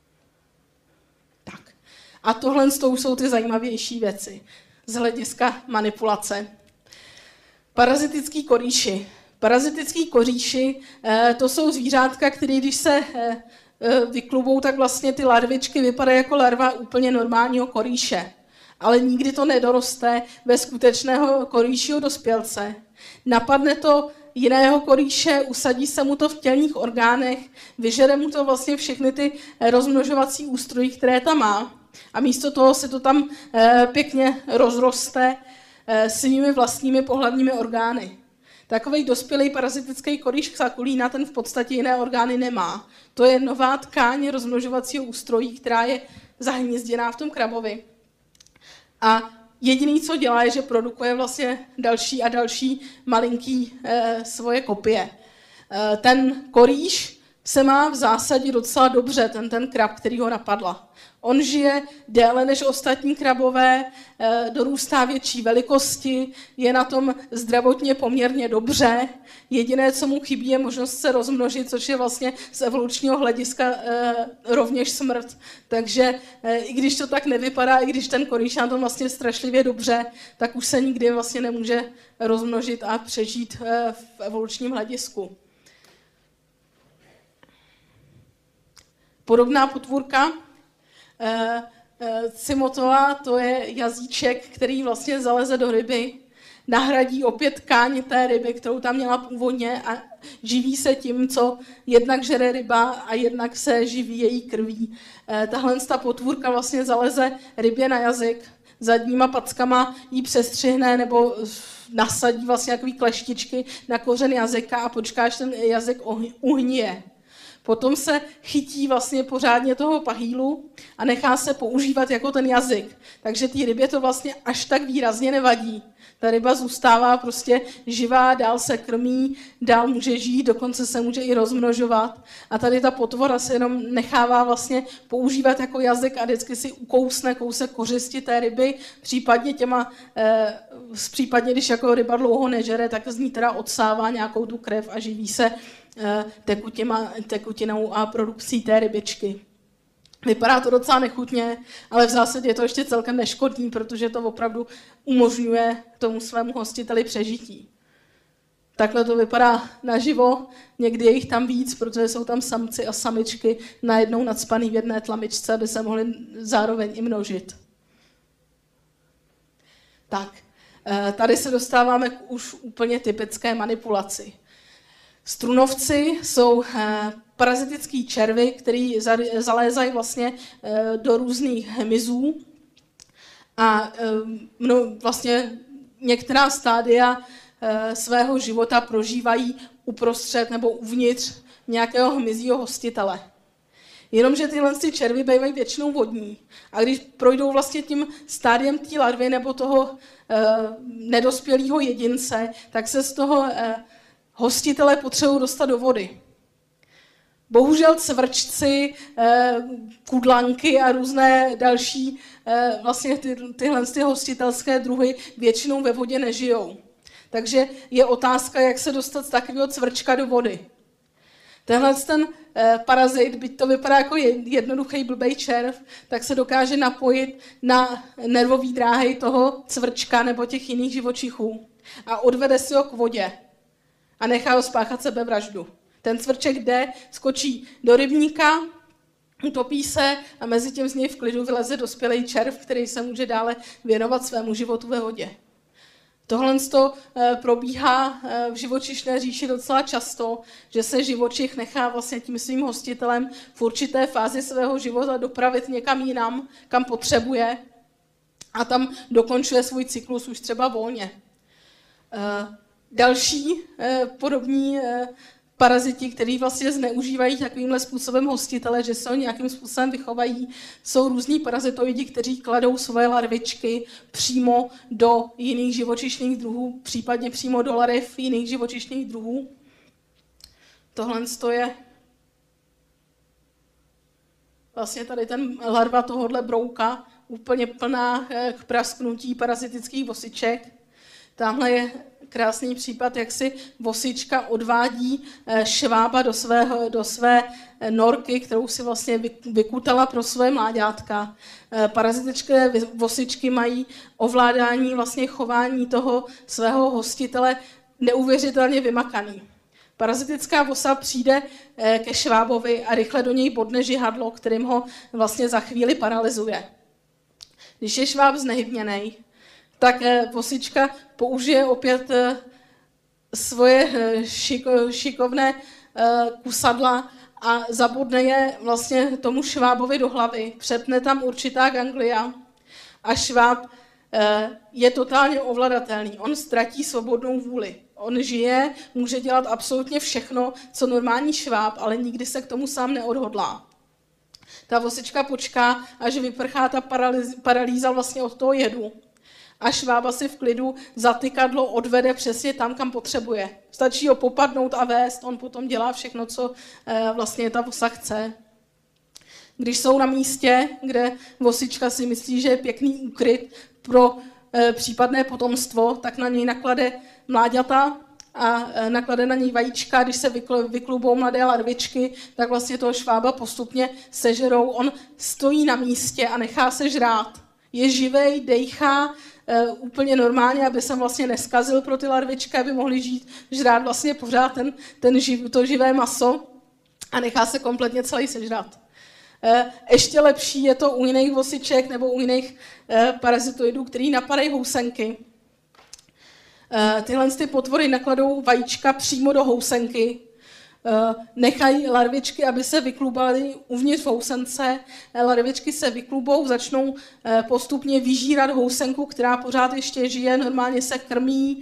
Tak. A tohle jsou ty zajímavější věci z hlediska manipulace. Parazitický koříši. Parazitický koříši to jsou zvířátka, které když se vyklubou, tak vlastně ty larvičky vypadají jako larva úplně normálního korýše. Ale nikdy to nedoroste ve skutečného korýšího dospělce. Napadne to jiného korýše, usadí se mu to v tělních orgánech, vyžere mu to vlastně všechny ty rozmnožovací ústrojí, které tam má. A místo toho se to tam pěkně rozroste svými vlastními pohlavními orgány. Takový dospělý parazitický korýš xakulína, ten v podstatě jiné orgány nemá. To je nová tkáň rozmnožovacího ústrojí, která je zahnízděná v tom krabovi. A jediný, co dělá, je, že produkuje vlastně další a další malinký svoje kopie. Ten korýš se má v zásadě docela dobře, ten krab, který ho napadla. On žije déle než ostatní krabové, dorůstá větší velikosti, je na tom zdravotně poměrně dobře. Jediné, co mu chybí, je možnost se rozmnožit, což je vlastně z evolučního hlediska rovněž smrt. Takže i když to tak nevypadá, i když ten korýš na tom vlastně strašlivě dobře, tak už se nikdy vlastně nemůže rozmnožit a přežít v evolučním hledisku. Podobná potvůrka, Cimotoa, to je jazyček, který vlastně zaleze do ryby, nahradí opět tkáň té ryby, kterou tam měla původně a živí se tím, co jednak žere ryba a jednak se živí její krví. Tahle potvůrka vlastně zaleze rybě na jazyk, zadníma packama jí přestřihne nebo nasadí vlastně takový kleštičky na kořen jazyka a počká, až ten jazyk uhnije. Potom se chytí vlastně pořádně toho pahýlu a nechá se používat jako ten jazyk. Takže té rybě to vlastně až tak výrazně nevadí. Ta ryba zůstává prostě živá, dál se krmí, dál může žít, dokonce se může i rozmnožovat. A tady ta potvora se jenom nechává vlastně používat jako jazyk a vždycky si ukousne kousek kořisti té ryby, případně když jako ryba dlouho nežere, tak z ní teda odsává nějakou tu krev a živí se tekutinou a produkcí té rybičky. Vypadá to docela nechutně, ale v zásadě je to ještě celkem neškodný, protože to opravdu umožňuje tomu svému hostiteli přežití. Takhle to vypadá naživo, někdy je jich tam víc, protože jsou tam samci a samičky najednou nacpaný v jedné tlamičce, aby se mohli zároveň i množit. Tak, tady se dostáváme k už úplně typické manipulaci. Strunovci jsou parazitický červy, který zalézají vlastně do různých hmyzů a vlastně některá stádia svého života prožívají uprostřed nebo uvnitř nějakého hmyzího hostitele. Jenomže tyhle červy bývají většinou vodní a když projdou vlastně tím stádiem té larvy nebo toho nedospělého jedince, tak se z toho hostitele potřebují dostat do vody. Bohužel cvrčci, kudlanky a různé další vlastně tyhle hostitelské druhy většinou ve vodě nežijou. Takže je otázka, jak se dostat z takového cvrčka do vody. Tenhle ten parazit, byť to vypadá jako jednoduchý blbej červ, tak se dokáže napojit na nervové dráhy toho cvrčka nebo těch jiných živočichů a odvede si ho k vodě a nechá ho spáchat sebevraždu. Ten cvrček jde, skočí do rybníka, utopí se a mezi tím z něj v klidu vyleze dospělý červ, který se může dále věnovat svému životu ve vodě. Tohle probíhá v živočišné říši docela často, že se živočich nechá vlastně tím svým hostitelem v určité fázi svého života dopravit někam jinam, kam potřebuje a tam dokončuje svůj cyklus už třeba volně. Další podobní paraziti, kteří vlastně zneužívají takovýmhle způsobem hostitele, že se ho nějakým způsobem vychovají, jsou různí parazitoidi, kteří kladou svoje larvičky přímo do jiných živočišných druhů, případně přímo do larev jiných živočišných druhů. Tohle je vlastně tady ten larva tohohle brouka, úplně plná k prasknutí parazitických vosiček. Tamhle je krásný případ, jak si vosička odvádí švába do své norky, kterou si vlastně vykutala pro své mláďátka. Parazitické vosičky mají ovládání vlastně chování toho svého hostitele neuvěřitelně vymakaný. Parazitická vosa přijde ke švábovi a rychle do něj bodne žihadlo, kterým ho vlastně za chvíli paralyzuje. Když je šváb znehybněnej, tak vosička použije opět svoje šikovné kusadla a zabodne je vlastně tomu švábovi do hlavy. Přepne tam určitá ganglia a šváb je totálně ovladatelný. On ztratí svobodnou vůli. On žije, může dělat absolutně všechno, co normální šváb, ale nikdy se k tomu sám neodhodlá. Ta vosička počká, až vyprchá ta paralýza vlastně od toho jedu. A švába si v klidu zatykadlo odvede přesně tam, kam potřebuje. Stačí ho popadnout a vést, on potom dělá všechno, co vlastně ta vosa chce. Když jsou na místě, kde vosička si myslí, že je pěkný úkryt pro případné potomstvo, tak na něj naklade mláďata a naklade na něj vajíčka. Když se vyklubou mladé larvičky, tak vlastně toho švába postupně sežerou. On stojí na místě a nechá se žrát. Je živej, dejchá úplně normálně, aby se vlastně neskazil pro ty larvičky, aby mohly žít, žrát vlastně pořád to živé maso a nechá se kompletně celý sežrat. Ještě lepší je to u jiných vosiček nebo u jiných parazitoidů, který napadají housenky. Tyhle ty potvory nakladou vajíčka přímo do housenky, nechají larvičky, aby se vyklubaly uvnitř housence. Larvičky se vyklubou, začnou postupně vyžírat housenku, která pořád ještě žije, normálně se krmí,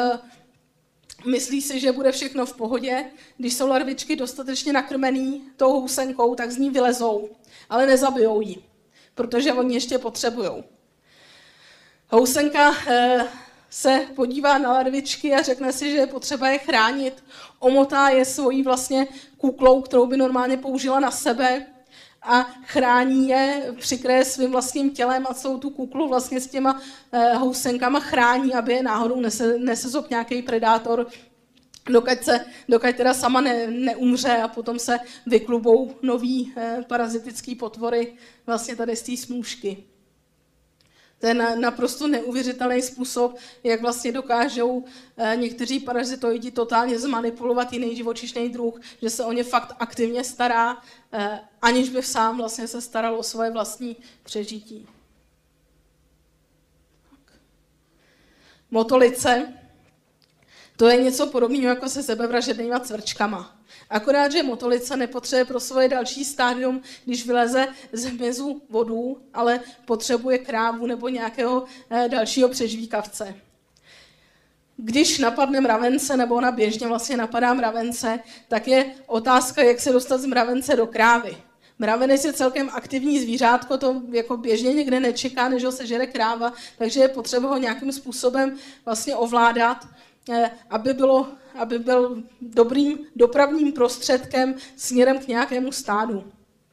myslí si, že bude všechno v pohodě. Když jsou larvičky dostatečně nakrmený tou housenkou, tak z ní vylezou, ale nezabijou ji, protože oni ještě potřebujou. Housenka se podívá na larvičky a řekne si, že je potřeba je chránit. Omotá je svojí vlastně kuklou, kterou by normálně použila na sebe a chrání je, přikryje svým vlastním tělem a celou tu kuklu vlastně s těma housenkama chrání, aby je náhodou nesezop nějaký predátor, dokud teda sama neumře a potom se vyklubou nový parazitický potvory vlastně tady z té smůžky. To je naprosto neuvěřitelný způsob, jak vlastně dokážou někteří parazitoidi totálně zmanipulovat jiný živočišný druh, že se o ně fakt aktivně stará, aniž by sám vlastně se staral o svoje vlastní přežití. Motolice, to je něco podobného jako se sebevražednýma cvrčkama. Akorát, že motolice nepotřebuje pro svoje další stádium, když vyleze z hmyzu vodu, ale potřebuje krávu nebo nějakého dalšího přežvíkavce. Když napadne mravence, nebo ona běžně vlastně napadá mravence, tak je otázka, jak se dostat z mravence do krávy. Mravenec je celkem aktivní zvířátko, to jako běžně někde nečeká, než ho sežere kráva, takže je potřeba ho nějakým způsobem vlastně ovládat, aby byl dobrým dopravním prostředkem směrem k nějakému stádu.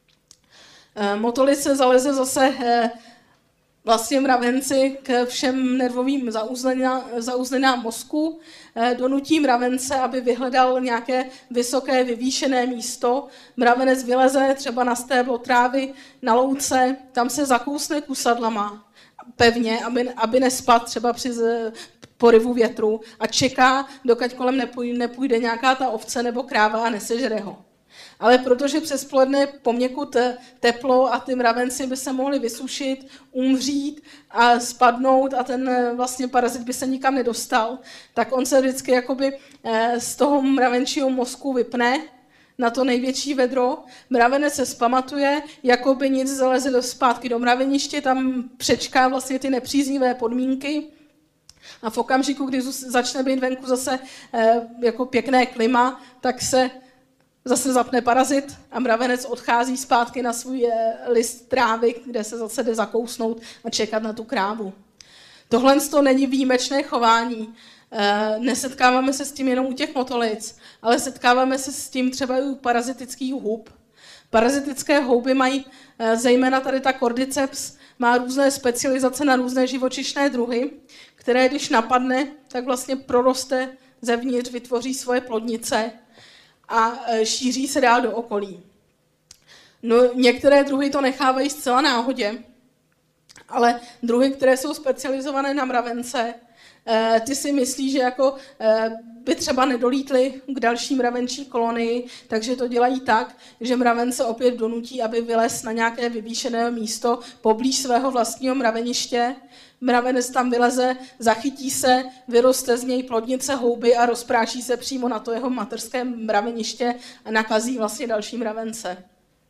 Motolice zaleze zase vlastně mravenci k všem nervovým zauzlinám mozku, donutí mravence, aby vyhledal nějaké vysoké vyvýšené místo. Mravenec vyleze třeba na stéblo trávy, na louce, tam se zakousne kusadlama pevně, aby nespadl třeba při poryvu větru a čeká, dokud kolem nepůjde nějaká ta ovce nebo kráva a nesežere ho. Ale protože přes poledne je poměkud teplo a ty mravenci by se mohli vysušit, umřít a spadnout a ten vlastně parazit by se nikam nedostal, tak on se vždycky jakoby z toho mravenčího mozku vypne na to největší vedro. Mravenec se zpamatuje, jako by nic, zaleze zpátky do mraveniště, tam přečká vlastně ty nepříznivé podmínky. A v okamžiku, kdy začne být venku zase jako pěkné klima, tak se zase zapne parazit a mravenec odchází zpátky na svůj list trávy, kde se zase jde zakousnout a čekat na tu krávu. Tohle není výjimečné chování. Nesetkáváme se s tím jenom u těch motolic, ale setkáváme se s tím třeba i u parazitických hub. Parazitické houby mají, zejména tady ta cordyceps, má různé specializace na různé živočišné druhy, které když napadne, tak vlastně proroste zevnitř, vytvoří svoje plodnice a šíří se dál do okolí. No, některé druhy to nechávají zcela náhodě, ale druhy, které jsou specializované na mravence, ty si myslí, že jako by třeba nedolítli k další mravenčí kolonii, takže to dělají tak, že mraven se opět donutí, aby vylez na nějaké vyvýšené místo poblíž svého vlastního mraveniště. Mravenec tam vyleze, zachytí se, vyroste z něj plodnice houby a rozpráší se přímo na to jeho mateřské mraveniště a nakazí vlastně další mravence.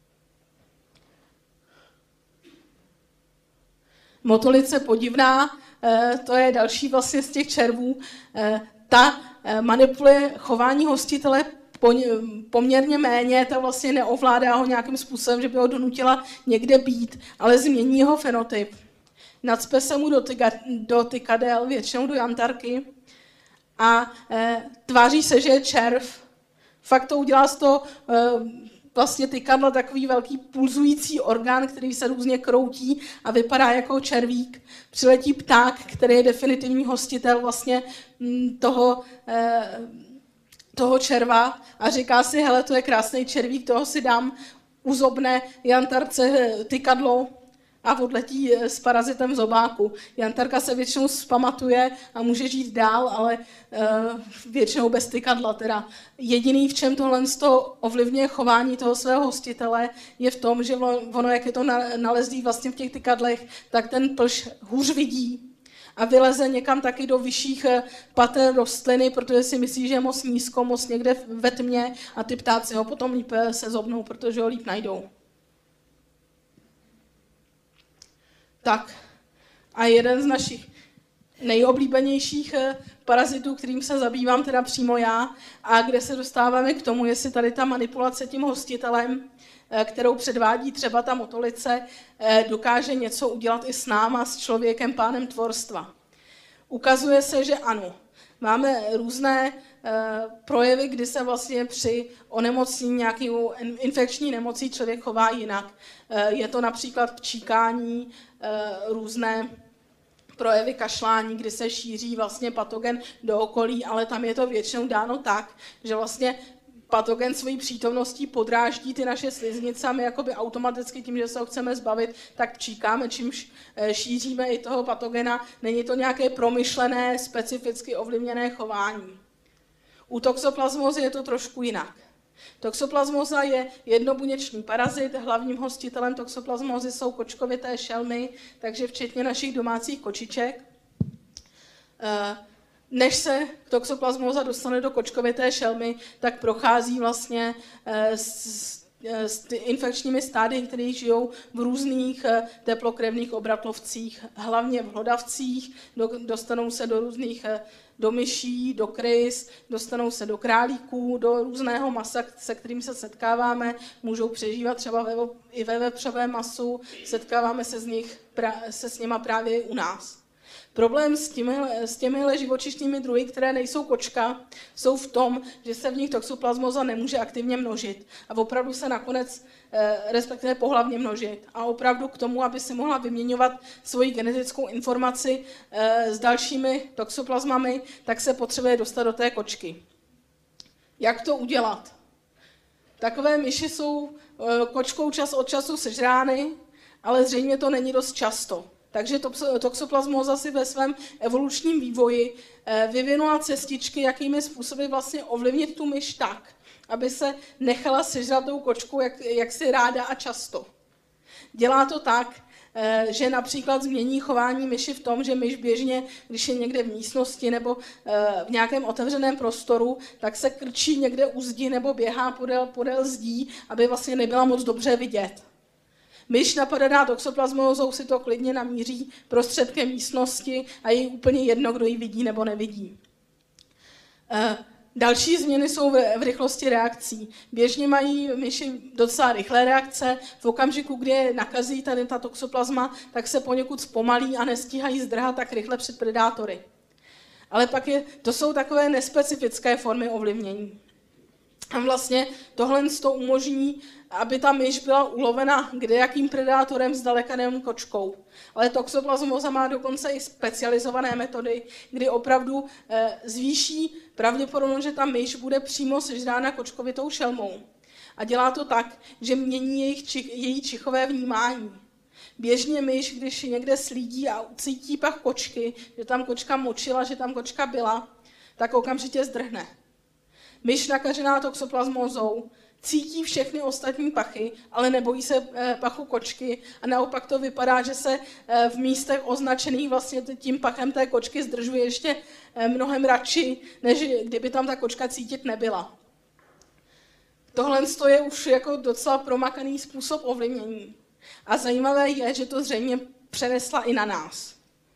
Motolice podivná, to je další vlastně z těch červů. Ta manipuluje chování hostitele poměrně méně, ta vlastně neovládá ho nějakým způsobem, že by ho donutila někde být, ale změní jeho fenotyp. Nacpe se mu do tykadel, většinou do jantarky a tváří se, že je červ. Fakt to udělá z toho vlastně tykadlo takový velký pulzující orgán, který se různě kroutí a vypadá jako červík. Přiletí pták, který je definitivní hostitel vlastně toho červa a říká si, hele, to je krásný červík, toho si dám, uzobne jantarce tykadlo a odletí s parazitem v zobáku. Jantarka se většinou vzpamatuje a může žít dál, ale většinou bez tykadla. Teda jediný, v čem tohle ovlivňuje chování toho svého hostitele, je v tom, že ono, jak je to nalezlý vlastně v těch tykadlech, tak ten plž hůř vidí a vyleze někam taky do vyšších pater rostliny, protože si myslí, že je moc nízko, moc někde ve tmě a ty ptáci ho potom líp se zobnou, protože ho líp najdou. Tak a jeden z našich nejoblíbenějších parazitů, kterým se zabývám teda přímo já a kde se dostáváme k tomu, jestli tady ta manipulace tím hostitelem, kterou předvádí třeba ta motolice, dokáže něco udělat i s náma, s člověkem, pánem tvorstva. Ukazuje se, že ano. Máme různé projevy, kdy se vlastně při onemocnění nějakou infekční nemocí člověk chová jinak. Je to například pčíkání, různé projevy kašlání, kdy se šíří vlastně patogen do okolí, ale tam je to většinou dáno tak, že vlastně patogen svojí přítomností podráždí ty naše sliznice a my jakoby automaticky tím, že se ho chceme zbavit, tak pčíkáme, čímž šíříme i toho patogena. Není to nějaké promyšlené, specificky ovlivněné chování. U toxoplasmózy je to trošku jinak. Toxoplasmóza je jednobuněčný parazit, hlavním hostitelem toxoplasmózy jsou kočkovité šelmy, takže včetně našich domácích kočiček. Než se toxoplasmóza dostane do kočkovité šelmy, tak prochází vlastně s infekčními stády, které žijou v různých teplokrevných obratlovcích, hlavně v hlodavcích, dostanou se do různých do myší, do krys, dostanou se do králíků, do různého masa, se kterým se setkáváme, můžou přežívat třeba i ve vepřovém masu, setkáváme se s nima právě i u nás. Problém s těmihle živočišnými druhy, které nejsou kočka, jsou v tom, že se v nich toxoplasmóza nemůže aktivně množit a opravdu se nakonec, respektive pohlavně množit. A opravdu k tomu, aby si mohla vyměňovat svoji genetickou informaci s dalšími toxoplasmami, tak se potřebuje dostat do té kočky. Jak to udělat? Takové myši jsou kočkou čas od času sežrány, ale zřejmě to není dost často. Takže toxoplasmóza si ve svém evolučním vývoji vyvinula cestičky, jakými způsoby vlastně ovlivnit tu myš tak, aby se nechala sežrat tou kočkou jak si ráda a často. Dělá to tak, že například změní chování myši v tom, že myš běžně, když je někde v místnosti nebo v nějakém otevřeném prostoru, tak se krčí někde u zdi nebo běhá podél zdí, aby vlastně nebyla moc dobře vidět. Myš napadená toxoplasmózou si to klidně namíří prostředkem místnosti a je úplně jedno, kdo ji vidí nebo nevidí. Další změny jsou v rychlosti reakcí. Běžně mají myši docela rychlé reakce. V okamžiku, kdy je nakazí tady ta toxoplasma, tak se poněkud zpomalí a nestíhají zdrhat tak rychle před predátory. Ale pak to jsou takové nespecifické formy ovlivnění. A vlastně tohle to umožní, aby ta myš byla ulovena kdejakým predátorem, zdaleka nejen kočkou. Ale toxoplasmóza má dokonce i specializované metody, kdy opravdu zvýší pravděpodobnost, že ta myš bude přímo sežrána kočkovitou šelmou. A dělá to tak, že mění její čichové vnímání. Běžně myš, když někde slídí a ucítí pach kočky, že tam kočka močila, že tam kočka byla, tak okamžitě zdrhne. Myš nakažená toxoplasmózou cítí všechny ostatní pachy, ale nebojí se pachu kočky a naopak to vypadá, že se v místech označených vlastně tím pachem té kočky zdržuje ještě mnohem radši, než kdyby tam ta kočka cítit nebyla. Tohle je už jako docela promakaný způsob ovlivnění. A zajímavé je, že to zřejmě přenesla i na nás.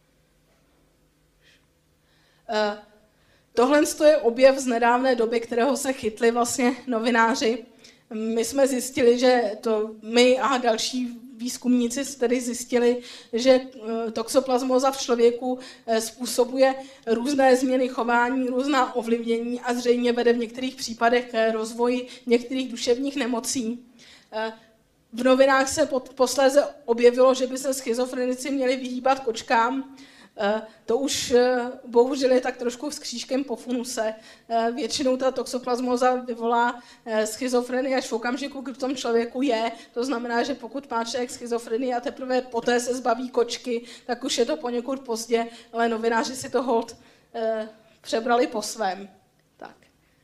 Tohle je objev z nedávné doby, kterého se chytli vlastně novináři. My jsme zjistili, že my a další výzkumníci tedy zjistili, že toxoplasmóza v člověku způsobuje různé změny chování, různá ovlivnění a zřejmě vede v některých případech k rozvoji některých duševních nemocí. V novinách se posléze objevilo, že by se schizofrenici měli vyhýbat kočkám. To už bohužel je tak trošku s křížkem po funuse. Většinou ta toxoplasmóza vyvolá schizofrenii až v okamžiku, kdy v tom člověku je. To znamená, že pokud má člověk schizofrenii a teprve poté se zbaví kočky, tak už je to poněkud pozdě, ale novináři si to holt přebrali po svém. Tak.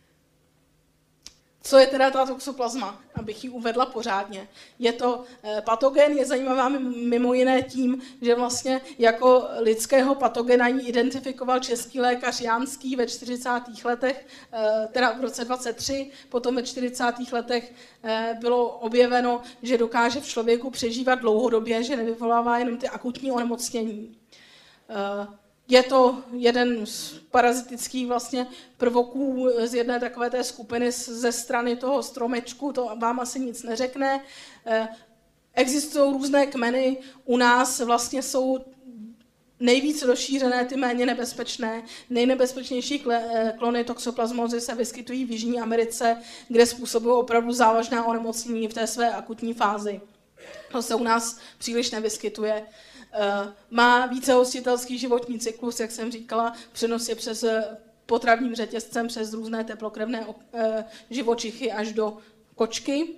Co je teda ta toxoplasma, abych ji uvedla pořádně? Je to patogen, je zajímavá mimo jiné tím, že vlastně jako lidského patogena ji identifikoval český lékař Jánský ve 40. letech, teda v roce 23, potom ve 40. letech bylo objeveno, že dokáže v člověku přežívat dlouhodobě, že nevyvolává jenom ty akutní onemocnění. Je to jeden z parazitických vlastně prvoků z jedné takové té skupiny ze strany toho stromečku, to vám asi nic neřekne. Existují různé kmeny, u nás vlastně jsou nejvíc rozšířené ty méně nebezpečné. Nejnebezpečnější klony toxoplasmózy se vyskytují v Jižní Americe, kde způsobují opravdu závažná onemocnění v té své akutní fázi. To se u nás příliš nevyskytuje. Má vícehostitelský životní cyklus, jak jsem říkala, přenos je přes potravním řetězcem, přes různé teplokrevné živočichy až do kočky.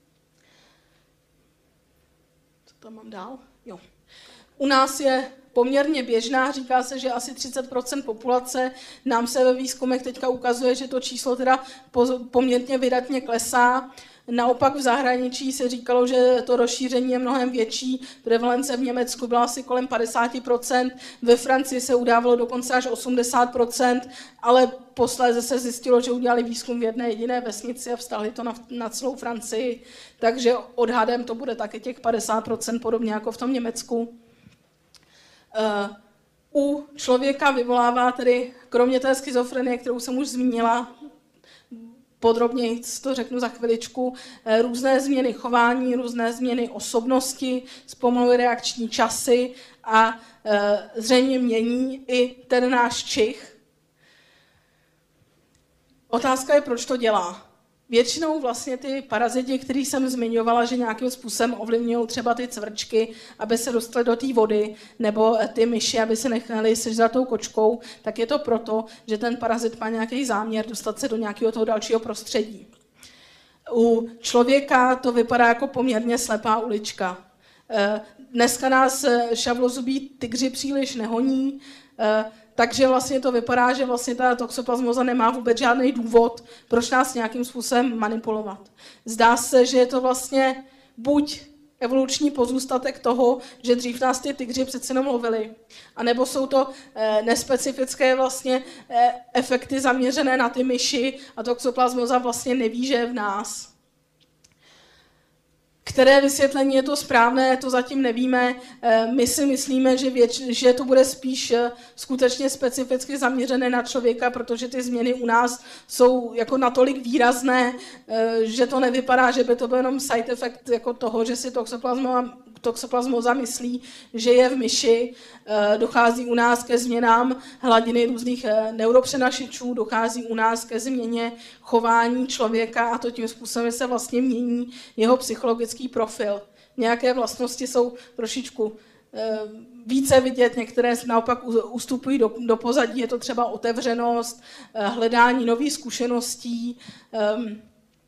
Co tam mám dál? Jo. U nás je poměrně běžná, říká se, že asi 30% populace. Nám se ve výzkumech teďka ukazuje, že to číslo teda poměrně vydatně klesá. Naopak v zahraničí se říkalo, že to rozšíření je mnohem větší. Prevalence v Německu byla asi kolem 50%, ve Francii se udávalo dokonce až 80%, ale posléze se zjistilo, že udělali výzkum v jedné jediné vesnici a vztahli to na celou Francii, takže odhadem to bude taky těch 50%, podobně jako v tom Německu. U člověka vyvolává tedy, kromě té schizofrenie, kterou jsem už zmínila, podrobněji to řeknu za chviličku, různé změny chování, různé změny osobnosti, zpomaluje reakční časy a zřejmě mění i ten náš čich. Otázka je, proč to dělá. Většinou vlastně ty paraziti, který jsem zmiňovala, že nějakým způsobem ovlivňují třeba ty cvrčky, aby se dostaly do té vody, nebo ty myši, aby se nechali sežrat tou kočkou, tak je to proto, že ten parazit má nějaký záměr dostat se do nějakého toho dalšího prostředí. U člověka to vypadá jako poměrně slepá ulička. Dneska nás šavlozubí tygři příliš nehoní, takže vlastně to vypadá, že vlastně ta toxoplasmóza nemá vůbec žádný důvod, proč nás nějakým způsobem manipulovat. Zdá se, že je to vlastně buď evoluční pozůstatek toho, že dřív nás ty tygři přece jenom lovili, anebo jsou to nespecifické vlastně efekty zaměřené na ty myši a toxoplasmóza vlastně neví, že je v nás. Které vysvětlení je to správné, to zatím nevíme. My si myslíme, že to bude spíš skutečně specificky zaměřené na člověka, protože ty změny u nás jsou jako natolik výrazné, že to nevypadá, že by to byl jenom side effect jako toho, že si toxoplasmóza myslí, že je v myši. Dochází u nás ke změnám hladiny různých neuropřenašičů, dochází u nás ke změně chování člověka a to tím způsobem se vlastně mění jeho psychologický profil. Nějaké vlastnosti jsou trošičku více vidět, některé naopak ustupují do pozadí, je to třeba otevřenost, hledání nových zkušeností,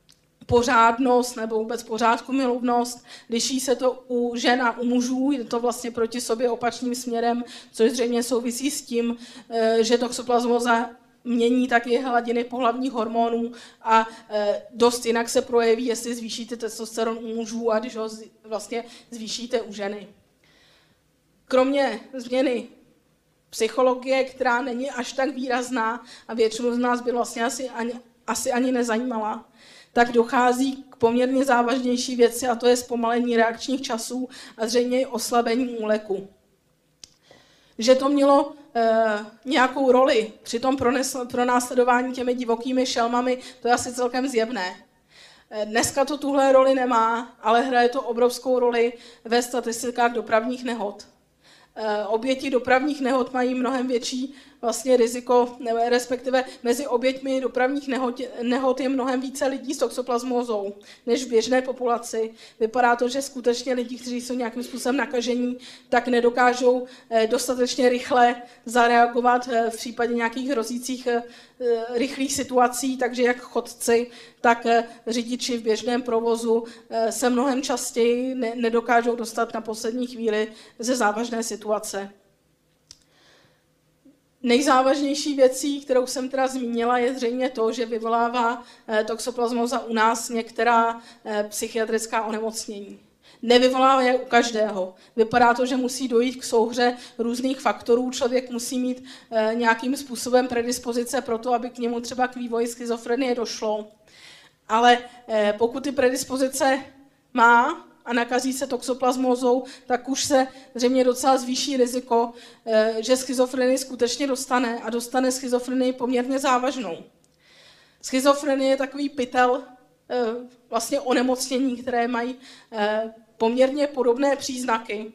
pořádnost nebo vůbec pořádkumilovnost. Liší se to u žen a u mužů, je to vlastně proti sobě opačným směrem, což zřejmě souvisí s tím, že toxoplasmóza mění taky hladiny pohlavních hormonů a dost jinak se projeví, jestli zvýšíte testosteron u mužů a když ho vlastně zvýšíte u ženy. Kromě změny psychologie, která není až tak výrazná a většinu z nás by vlastně asi ani nezajímala, tak dochází k poměrně závažnější věci a to je zpomalení reakčních časů a zřejmě i oslabení úleku. Že to mělo nějakou roli při tom pronásledování těmi divokými šelmami, to je asi celkem zjevné. Dneska to tuhle roli nemá, ale hraje to obrovskou roli ve statistikách dopravních nehod. Oběti dopravních nehod mají mnohem větší vlastně riziko, respektive mezi oběťmi dopravních nehod je mnohem více lidí s toxoplasmózou než v běžné populaci. Vypadá to, že skutečně lidi, kteří jsou nějakým způsobem nakažení, tak nedokážou dostatečně rychle zareagovat v případě nějakých hrozících rychlých situací, takže jak chodci, tak řidiči v běžném provozu se mnohem častěji nedokážou dostat na poslední chvíli ze závažné situace. Nejzávažnější věcí, kterou jsem teda zmínila, je zřejmě to, že vyvolává toxoplasmóza u nás některá psychiatrická onemocnění. Nevyvolává je u každého. Vypadá to, že musí dojít k souhře různých faktorů. Člověk musí mít nějakým způsobem predispozice pro to, aby k němu třeba k vývoji schizofrenie došlo. Ale pokud ty predispozice má a nakazí se toxoplasmózou, tak už se zřejmě docela zvýší riziko, že schizofrenii skutečně dostane a dostane schizofrenii poměrně závažnou. Schizofrenie je takový pytel vlastně onemocnění, které mají poměrně podobné příznaky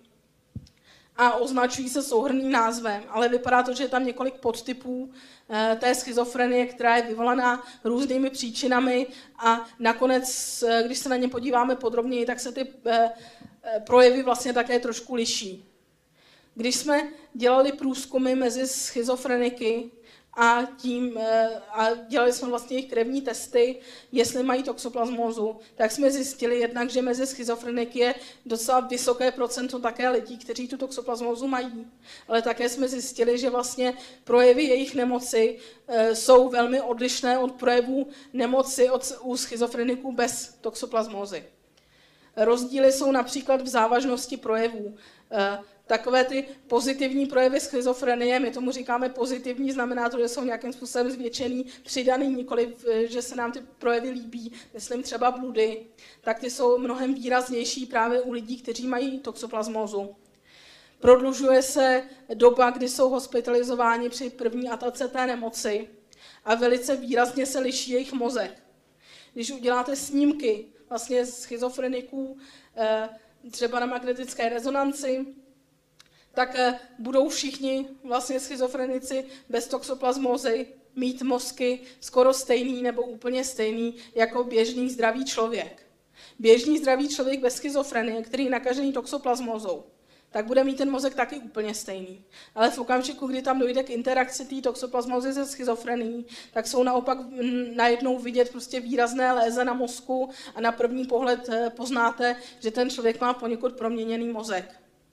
a označují se souhrnným názvem, ale vypadá to, že je tam několik podtypů té schizofrenie, která je vyvolaná různými příčinami a nakonec, když se na ně podíváme podrobněji, tak se ty projevy vlastně také trošku liší. Když jsme dělali průzkumy mezi schizofreniky a dělali jsme vlastně jejich krevní testy, jestli mají toxoplasmózu, tak jsme zjistili jednak, že mezi schizofreniky je docela vysoké procento také lidí, kteří tu toxoplasmózu mají, ale také jsme zjistili, že vlastně projevy jejich nemoci jsou velmi odlišné od projevů nemoci u schizofreniků bez toxoplasmózy. Rozdíly jsou například v závažnosti projevů. Takové ty pozitivní projevy schizofrenie, my tomu říkáme pozitivní, znamená to, že jsou nějakým způsobem zvětšený, přidaný, nikoliv, že se nám ty projevy líbí, myslím třeba bludy, tak ty jsou mnohem výraznější právě u lidí, kteří mají toxoplasmózu. Prodlužuje se doba, kdy jsou hospitalizováni při první atace té nemoci a velice výrazně se liší jejich mozek. Když uděláte snímky vlastně schizofreniků, třeba na magnetické rezonanci, tak budou všichni vlastně schizofrenici bez toxoplasmózy mít mozky skoro stejný nebo úplně stejný jako běžný zdravý člověk. Běžný zdravý člověk bez schizofrenie, který je nakažený toxoplasmózou, tak bude mít ten mozek taky úplně stejný. Ale v okamžiku, kdy tam dojde k interakci té toxoplasmózy se schizofrenií, tak jsou naopak najednou vidět prostě výrazné léze na mozku a na první pohled poznáte, že ten člověk má poněkud proměněný mozek.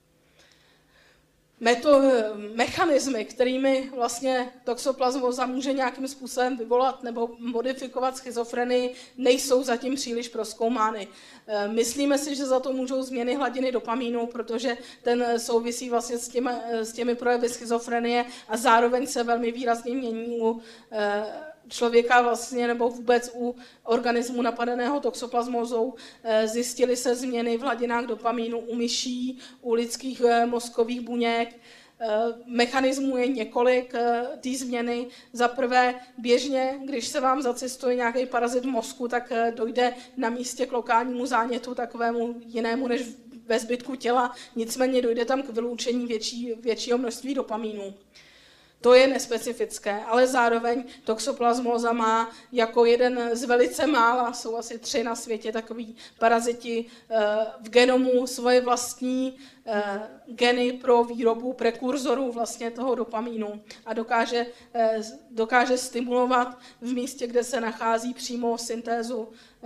Mechanismy, kterými vlastně toxoplasmóza může nějakým způsobem vyvolat nebo modifikovat schizofrenii, nejsou zatím příliš prozkoumány. Myslíme si, že za to můžou změny hladiny dopamínu, protože ten souvisí vlastně s těmi projevy schizofrenie a zároveň se velmi výrazně mění u člověka vlastně, nebo vůbec u organismu napadeného toxoplasmózou. Zjistily se změny v hladinách dopamínu u myší, u lidských mozkových buněk. Mechanismů je několik té změny. Za prvé, běžně, když se vám zacistuje nějaký parazit v mozku, tak dojde na místě k lokálnímu zánětu takovému jinému než ve zbytku těla, nicméně dojde tam k vyloučení většího množství dopamínu. To je nespecifické, ale zároveň toxoplasmóza má jako jeden z velice mála, jsou asi 3 na světě takový paraziti v genomu svoje vlastní geny pro výrobu prekurzorů vlastně toho dopamínu a dokáže stimulovat v místě, kde se nachází přímo syntézu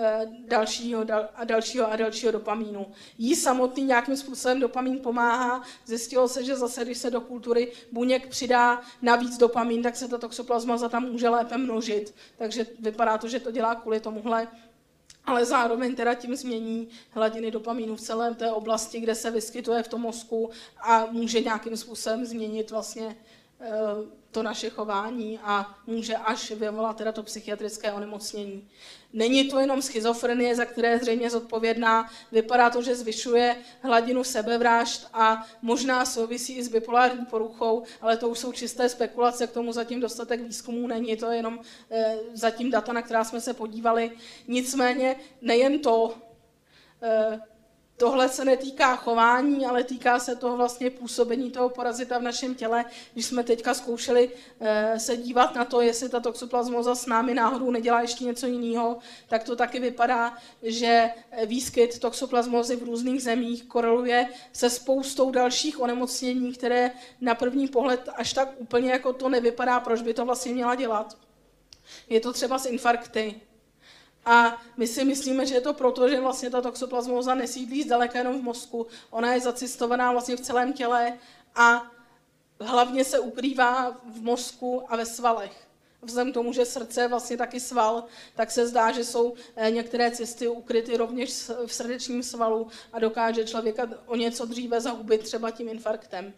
dalšího dopamínu. Jí samotný nějakým způsobem dopamin pomáhá. Zjistilo se, že zase, když se do kultury buněk přidá navíc dopamin, tak se ta toxoplasmoza tam může lépe množit. Takže vypadá to, že to dělá kvůli tomuhle. Ale zároveň teda tím změní hladiny dopamínu v celé té oblasti, kde se vyskytuje v tom mozku a může nějakým způsobem změnit vlastně to naše chování a může až vyvolat teda to psychiatrické onemocnění. Není to jenom schizofrenie, za které je zřejmě zodpovědná, vypadá to, že zvyšuje hladinu sebevražd a možná souvisí i s bipolární poruchou, ale to už jsou čisté spekulace, k tomu zatím dostatek výzkumů není, to je jenom zatím data, na která jsme se podívali. Nicméně nejen to, tohle se netýká chování, ale týká se toho vlastně působení toho parazita v našem těle. Když jsme teďka zkoušeli se dívat na to, jestli ta toxoplasmoza s námi náhodou nedělá ještě něco jiného, tak to taky vypadá, že výskyt toxoplasmozy v různých zemích koreluje se spoustou dalších onemocnění, které na první pohled až tak úplně jako to nevypadá, proč by to vlastně měla dělat. Je to třeba s infarkty. A my si myslíme, že je to proto, že vlastně ta toxoplasmóza nesídlí zdaleka jenom v mozku. Ona je zacistovaná vlastně v celém těle a hlavně se ukrývá v mozku a ve svalech. Vzhledem k tomu, že srdce je vlastně taky sval, tak se zdá, že jsou některé cysty ukryty rovněž v srdečním svalu a dokáže člověka o něco dříve zahubit třeba tím infarktem.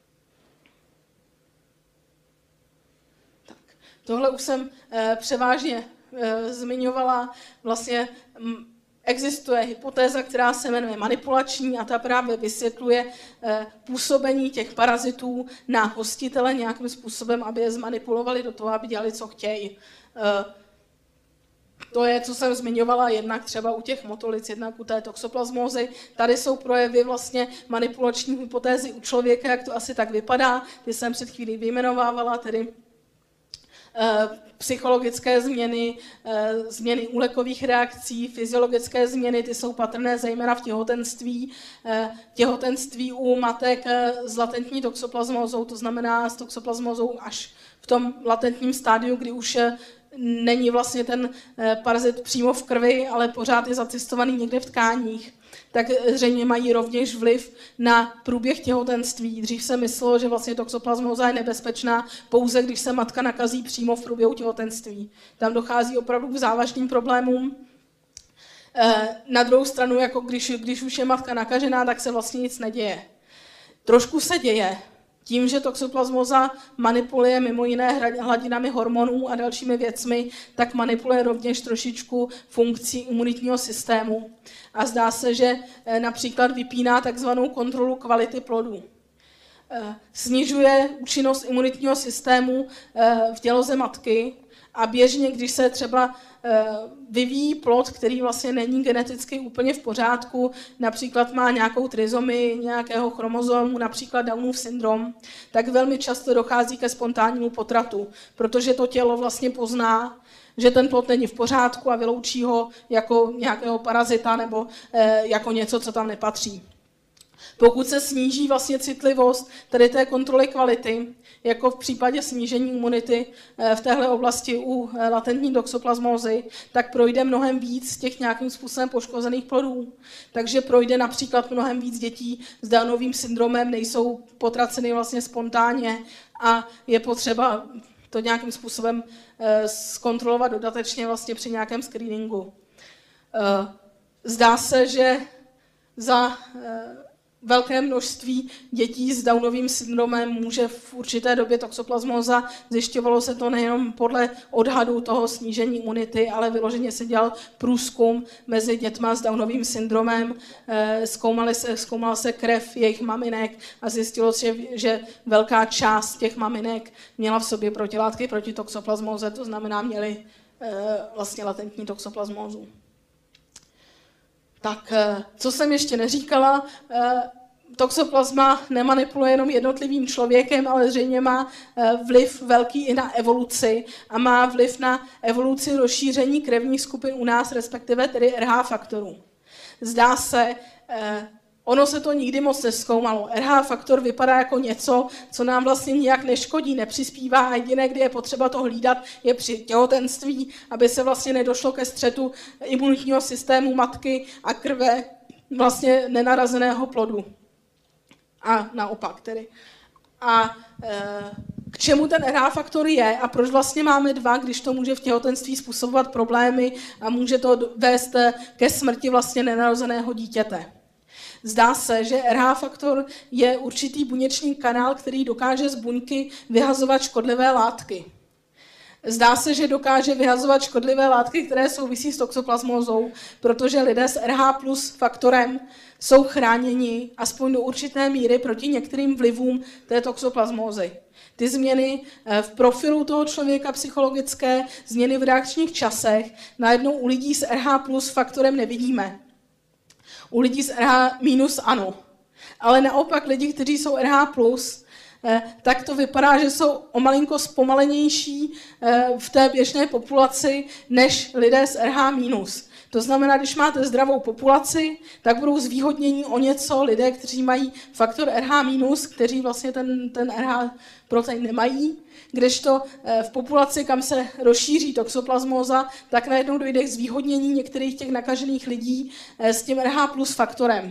Tak. Tohle už jsem převážně zmiňovala, vlastně existuje hypotéza, která se jmenuje manipulační a ta právě vysvětluje působení těch parazitů na hostitele nějakým způsobem, aby je zmanipulovali do toho, aby dělali, co chtějí. To je, co jsem zmiňovala, jednak třeba u těch motolic, jednak u té toxoplasmózy. Tady jsou projevy vlastně manipulační hypotézy u člověka, jak to asi tak vypadá. Ty jsem před chvílí vyjmenovávala, tedy psychologické změny, změny úlekových reakcí, fyziologické změny, ty jsou patrné zejména v těhotenství u matek s latentní toxoplasmózou, to znamená s toxoplasmózou až v tom latentním stádiu, kdy už není vlastně ten parazit přímo v krvi, ale pořád je zacistovaný někde v tkáních, tak zřejmě mají rovněž vliv na průběh těhotenství. Dřív se myslelo, že vlastně toxoplasmóza je nebezpečná pouze, když se matka nakazí přímo v průběhu těhotenství. Tam dochází opravdu k závažným problémům. Na druhou stranu, jako když už je matka nakažená, tak se vlastně nic neděje. Trošku se děje. Tím, že toxoplasmóza manipuluje mimo jiné hladinami hormonů a dalšími věcmi, tak manipuluje rovněž trošičku funkcí imunitního systému. A zdá se, že například vypíná takzvanou kontrolu kvality plodů. Snižuje účinnost imunitního systému v těloze matky a běžně, když se třeba vyvíjí plod, který vlastně není geneticky úplně v pořádku, například má nějakou trizomii, nějakého chromozomu, například Downův syndrom, tak velmi často dochází ke spontánnímu potratu, protože to tělo vlastně pozná, že ten plod není v pořádku a vyloučí ho jako nějakého parazita nebo jako něco, co tam nepatří. Pokud se sníží vlastně citlivost tedy té kontroly kvality, jako v případě snížení imunity v téhle oblasti u latentní toxoplasmózy, tak projde mnohem víc těch nějakým způsobem poškozených plodů. Takže projde například mnohem víc dětí s Downovým syndromem, nejsou potraceny vlastně spontánně a je potřeba to nějakým způsobem zkontrolovat dodatečně vlastně při nějakém screeningu. Zdá se, že za velké množství dětí s Downovým syndromem může v určité době toxoplasmóza. Zjišťovalo se to nejenom podle odhadu toho snížení imunity, ale vyloženě se dělal průzkum mezi dětma s Downovým syndromem, zkoumala se krev jejich maminek a zjistilo se, že velká část těch maminek měla v sobě protilátky proti toxoplasmóze, to znamená měly vlastně latentní toxoplasmózu. Tak, co jsem ještě neříkala, toxoplasma nemanipuluje jenom jednotlivým člověkem, ale zřejmě má vliv velký i na evoluci a má vliv na evoluci rozšíření krevních skupin u nás, respektive tedy RH faktorů. Zdá se, ono se to nikdy moc nezkoumalo. RH faktor vypadá jako něco, co nám vlastně nijak neškodí, nepřispívá a jediné, kdy je potřeba to hlídat, je při těhotenství, aby se vlastně nedošlo ke střetu imunitního systému matky a krve vlastně nenarazeného plodu. A naopak tedy. A k čemu ten RH faktor je a proč vlastně máme 2, když to může v těhotenství způsobovat problémy a může to vést ke smrti vlastně nenarozeného dítěte. Zdá se, že RH faktor je určitý buněčný kanál, který dokáže z buňky vyhazovat škodlivé látky. Zdá se, že dokáže vyhazovat škodlivé látky, které souvisí s toxoplasmózou, protože lidé s RH plus faktorem jsou chráněni aspoň do určité míry proti některým vlivům té toxoplasmózy. Ty změny v profilu toho člověka psychologické, změny v reakčních časech, najednou u lidí s RH plus faktorem nevidíme. U lidí s RH minus ano. Ale naopak lidi, kteří jsou RH plus, tak to vypadá, že jsou o malinko zpomalenější v té běžné populaci než lidé s RH minus. To znamená, když máte zdravou populaci, tak budou zvýhodnění o něco lidé, kteří mají faktor RH minus, kteří vlastně ten RH protein nemají, kdežto v populaci, kam se rozšíří toxoplasmóza, tak najednou dojde k zvýhodnění některých těch nakažených lidí s tím RH plus faktorem.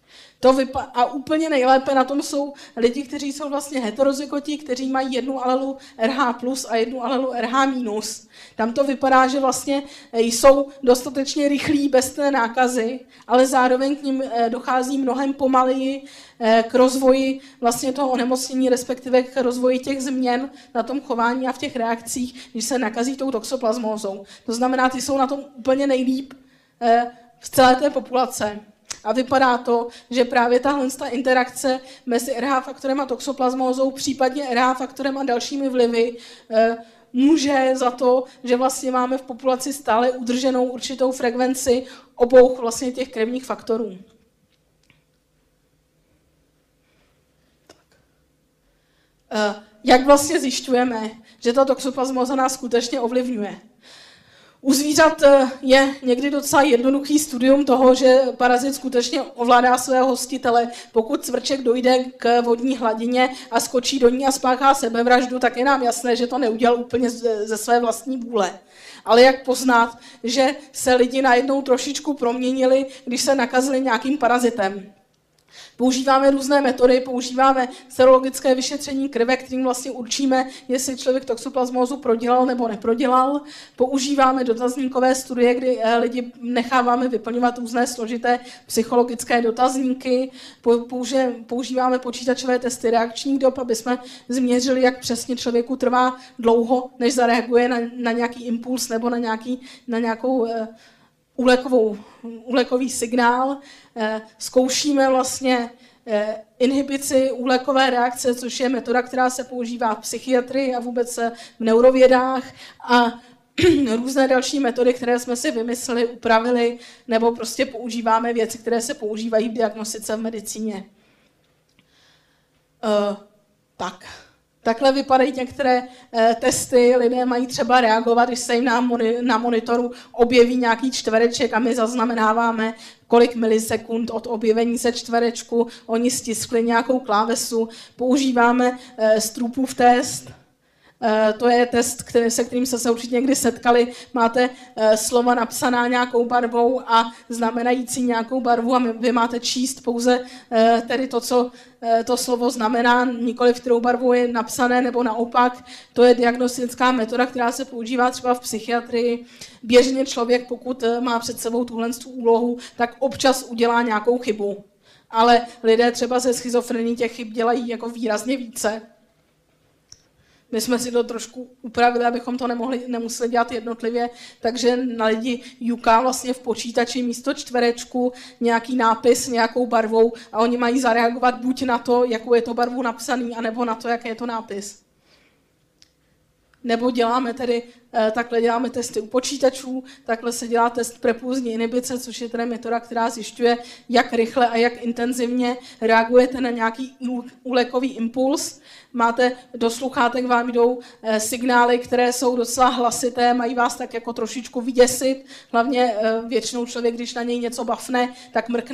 A úplně nejlépe na tom jsou lidi, kteří jsou vlastně heterozygoti, kteří mají jednu alelu RH plus a jednu alelu RH minus. Tam to vypadá, že vlastně jsou dostatečně rychlí bez té nákazy, ale zároveň k nim dochází mnohem pomaleji k rozvoji vlastně toho onemocnění, respektive k rozvoji těch změn na tom chování a v těch reakcích, když se nakazí tou toxoplasmózou. To znamená, ty jsou na tom úplně nejlíp v celé té populace. A vypadá to, že právě tahle interakce mezi RH faktorem a toxoplasmózou, případně RH faktorem a dalšími vlivy, může za to, že vlastně máme v populaci stále udrženou určitou frekvenci obou vlastně těch krevních faktorů. Jak vlastně zjišťujeme, že ta toxoplasmóza nás skutečně ovlivňuje? U zvířat je někdy docela jednoduchý studium toho, že parazit skutečně ovládá svého hostitele. Pokud cvrček dojde k vodní hladině a skočí do ní a spáchá sebevraždu, tak je nám jasné, že to neudělal úplně ze své vlastní vůle. Ale jak poznat, že se lidi najednou trošičku proměnili, když se nakazili nějakým parazitem? Používáme různé metody, používáme serologické vyšetření krve, kterým vlastně určíme, jestli člověk toxoplasmózu prodělal nebo neprodělal. Používáme dotazníkové studie, kdy lidi necháváme vyplňovat různé složité psychologické dotazníky. Používáme počítačové testy reakčních dob, aby jsme změřili, jak přesně člověku trvá dlouho, než zareaguje na nějaký impuls nebo na nějakou úlekový signál. Zkoušíme vlastně inhibici úlekové reakce, což je metoda, která se používá v psychiatrii a vůbec v neurovědách a různé další metody, které jsme si vymysleli, upravili, nebo prostě používáme věci, které se používají v diagnostice v medicíně. Takhle vypadají některé testy, lidé mají třeba reagovat, když se jim na monitoru objeví nějaký čtvereček a my zaznamenáváme, kolik milisekund od objevení se čtverečku oni stiskli nějakou klávesu. Používáme Stroopův test. To je test, se kterým jste se určitě někdy setkali. Máte slova napsaná nějakou barvou a znamenající nějakou barvu a vy máte číst pouze tedy to, co to slovo znamená, nikoli v kterou barvou je napsané, nebo naopak. To je diagnostická metoda, která se používá třeba v psychiatrii. Běžně člověk, pokud má před sebou tuhle úlohu, tak občas udělá nějakou chybu. Ale lidé třeba se schizofrenií těch chyb dělají jako výrazně více. My jsme si to trošku upravili, abychom to nemuseli dělat jednotlivě, takže na lidi juká vlastně v počítači místo čtverečku nějaký nápis nějakou barvou a oni mají zareagovat buď na to, jakou je to barvu napsaný, anebo na to, jaký je to nápis. Nebo takhle děláme testy u počítačů, takhle se dělá test prepulzní inhibice, což je tedy metoda, která zjišťuje, jak rychle a jak intenzivně reagujete na nějaký úlekový impuls. Do sluchátek vám jdou signály, které jsou docela hlasité, mají vás tak jako trošičku vyděsit, hlavně většinou člověk, když na něj něco bafne, tak mrkne.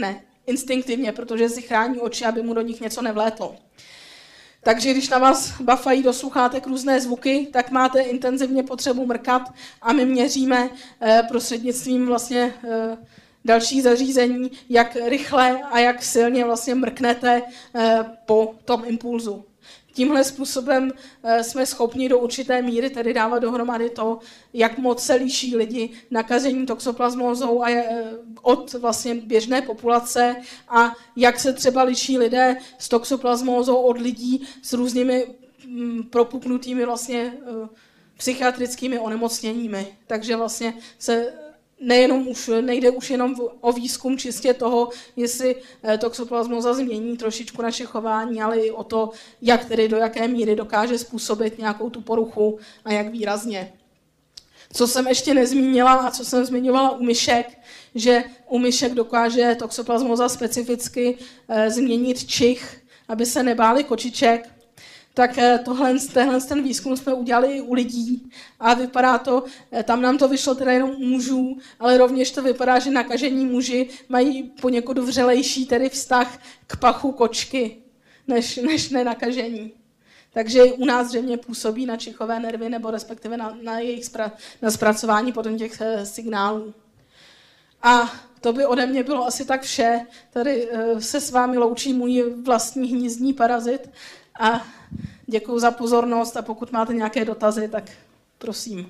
instinktivně, protože si chrání oči, aby mu do nich něco nevlétlo. Takže když na vás bafají do sluchátek různé zvuky, tak máte intenzivně potřebu mrkat a my měříme prostřednictvím vlastně dalších zařízení, jak rychle a jak silně vlastně mrknete po tom impulzu. Tímhle způsobem jsme schopni do určité míry tedy dávat dohromady to, jak moc se liší lidi nakazení toxoplasmózou a od vlastně běžné populace a jak se třeba liší lidé s toxoplasmózou od lidí s různými propuknutými vlastně psychiatrickými onemocněními. Takže vlastně se nejde už jenom o výzkum čistě toho, jestli toxoplasmóza změní trošičku naše chování, ale i o to, jak tedy do jaké míry dokáže způsobit nějakou tu poruchu a jak výrazně. Co jsem ještě nezmínila a co jsem zmiňovala u myšek, že u myšek dokáže toxoplasmóza specificky změnit čich, aby se nebáli kočiček. Tak ten výzkum jsme udělali i u lidí a vypadá to, tam nám to vyšlo teda jenom u mužů, ale rovněž to vypadá, že nakažení muži mají poněkud vřelejší tedy vztah k pachu kočky, než nenakažení. Takže u nás zřejmě působí na čichové nervy nebo respektive na jejich na zpracování potom těch signálů. A to by ode mě bylo asi tak vše. Tady se s vámi loučí můj vlastní hnízdní parazit a děkuji za pozornost a pokud máte nějaké dotazy, tak prosím.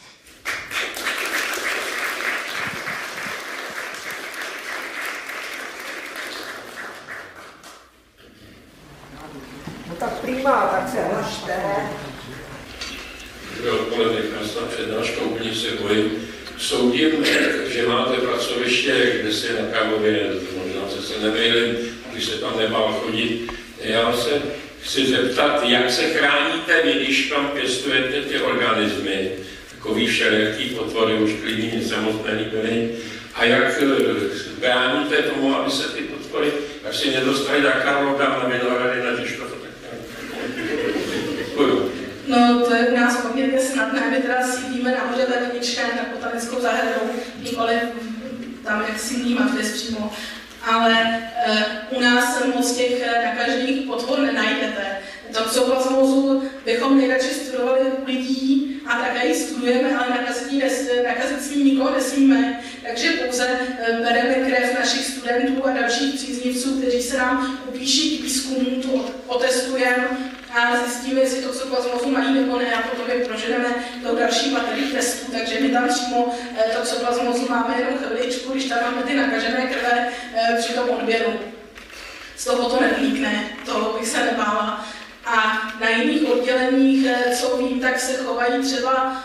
No tak prima, tak se hlašte. Dobré odpoledne, krásná přednáška, úplně se bojím. Soudím, že máte pracoviště, kde se na Karlově, možná se nemýlím, když se tam nebál chodit. Já se chci zeptat, jak se chráníte vy, když tam pěstujete ty organismy, takový všelijaký potvory, už klidně nic se moc nelíbily, a jak bráníte tomu, aby se ty potvory, až si nedostali do Karlov, dám na Vinohrady, na Žižkov a tak dále. Děkuju. No, to je u nás poměrně snadné, my teda sídlíme nahoře ve Viničné nad botanickou zahradou, nikoli tam, jak si vnímat přímo. Ale u nás moc těch nakažených potvor nenajdete. Toxoplasmózu bychom nejradši studovali u lidí a také ji studujeme, ale nakazit s ní nikoho nesmíme. Takže pouze bereme krev našich studentů a dalších příznivců, kteří se nám upíší k výzkumu, tu otestujeme a zjistíme, jestli toxoplasmózu mají nebo ne a potom je proženeme do další baterii testů. Takže my tam přímo toxoplasmózu máme jenom chviličku, když tam máme ty nakažené krve při tom odběru. Z toho to nevlíkne, toho bych se nebála. A na jiných odděleních, co vím, tak se chovají třeba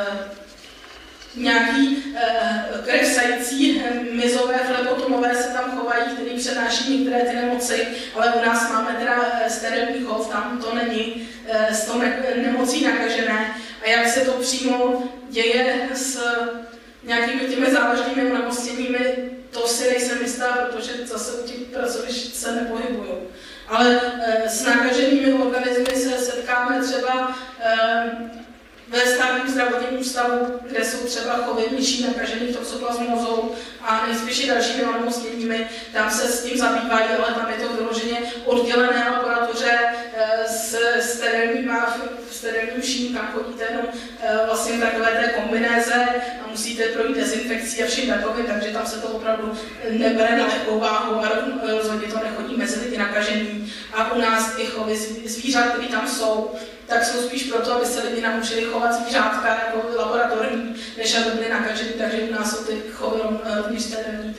nějaký kresající mizové flebotomové se tam chovají, který přenáší některé ty nemoci, ale u nás máme teda sterilní chov, tam to není s tou nemocí nakažené. A jak se to přímo děje s nějakými těmi závažnými onemocněními, to si nejsem jistá, protože zase u těch pracovišť se nepohybuju. Ale s nakaženými organismy se setkáme třeba ve státním zdravotním ústavu, kde jsou třeba chovy myší nakažených toxoplasmózou a nejspíš i dalšími onemocněními. Tam se s tím zabývají, ale tam je to vyloženě oddělené laboratoře s sterilním ším, kam chodíte jenom vlastně takové té kombinéze a musíte projít dezinfekcí a vším takovým, takže tam se to opravdu nebere na lehkou váhu a rozhodně to nechodí mezi lidi nakažení. A u nás ty chovy zvířat, které tam jsou, tak jsou spíš proto, aby se lidi naučili chovat zvířátka jako laboratorní, než aby byli nakažení, takže u nás jsou ty chovy rovněž sterilní.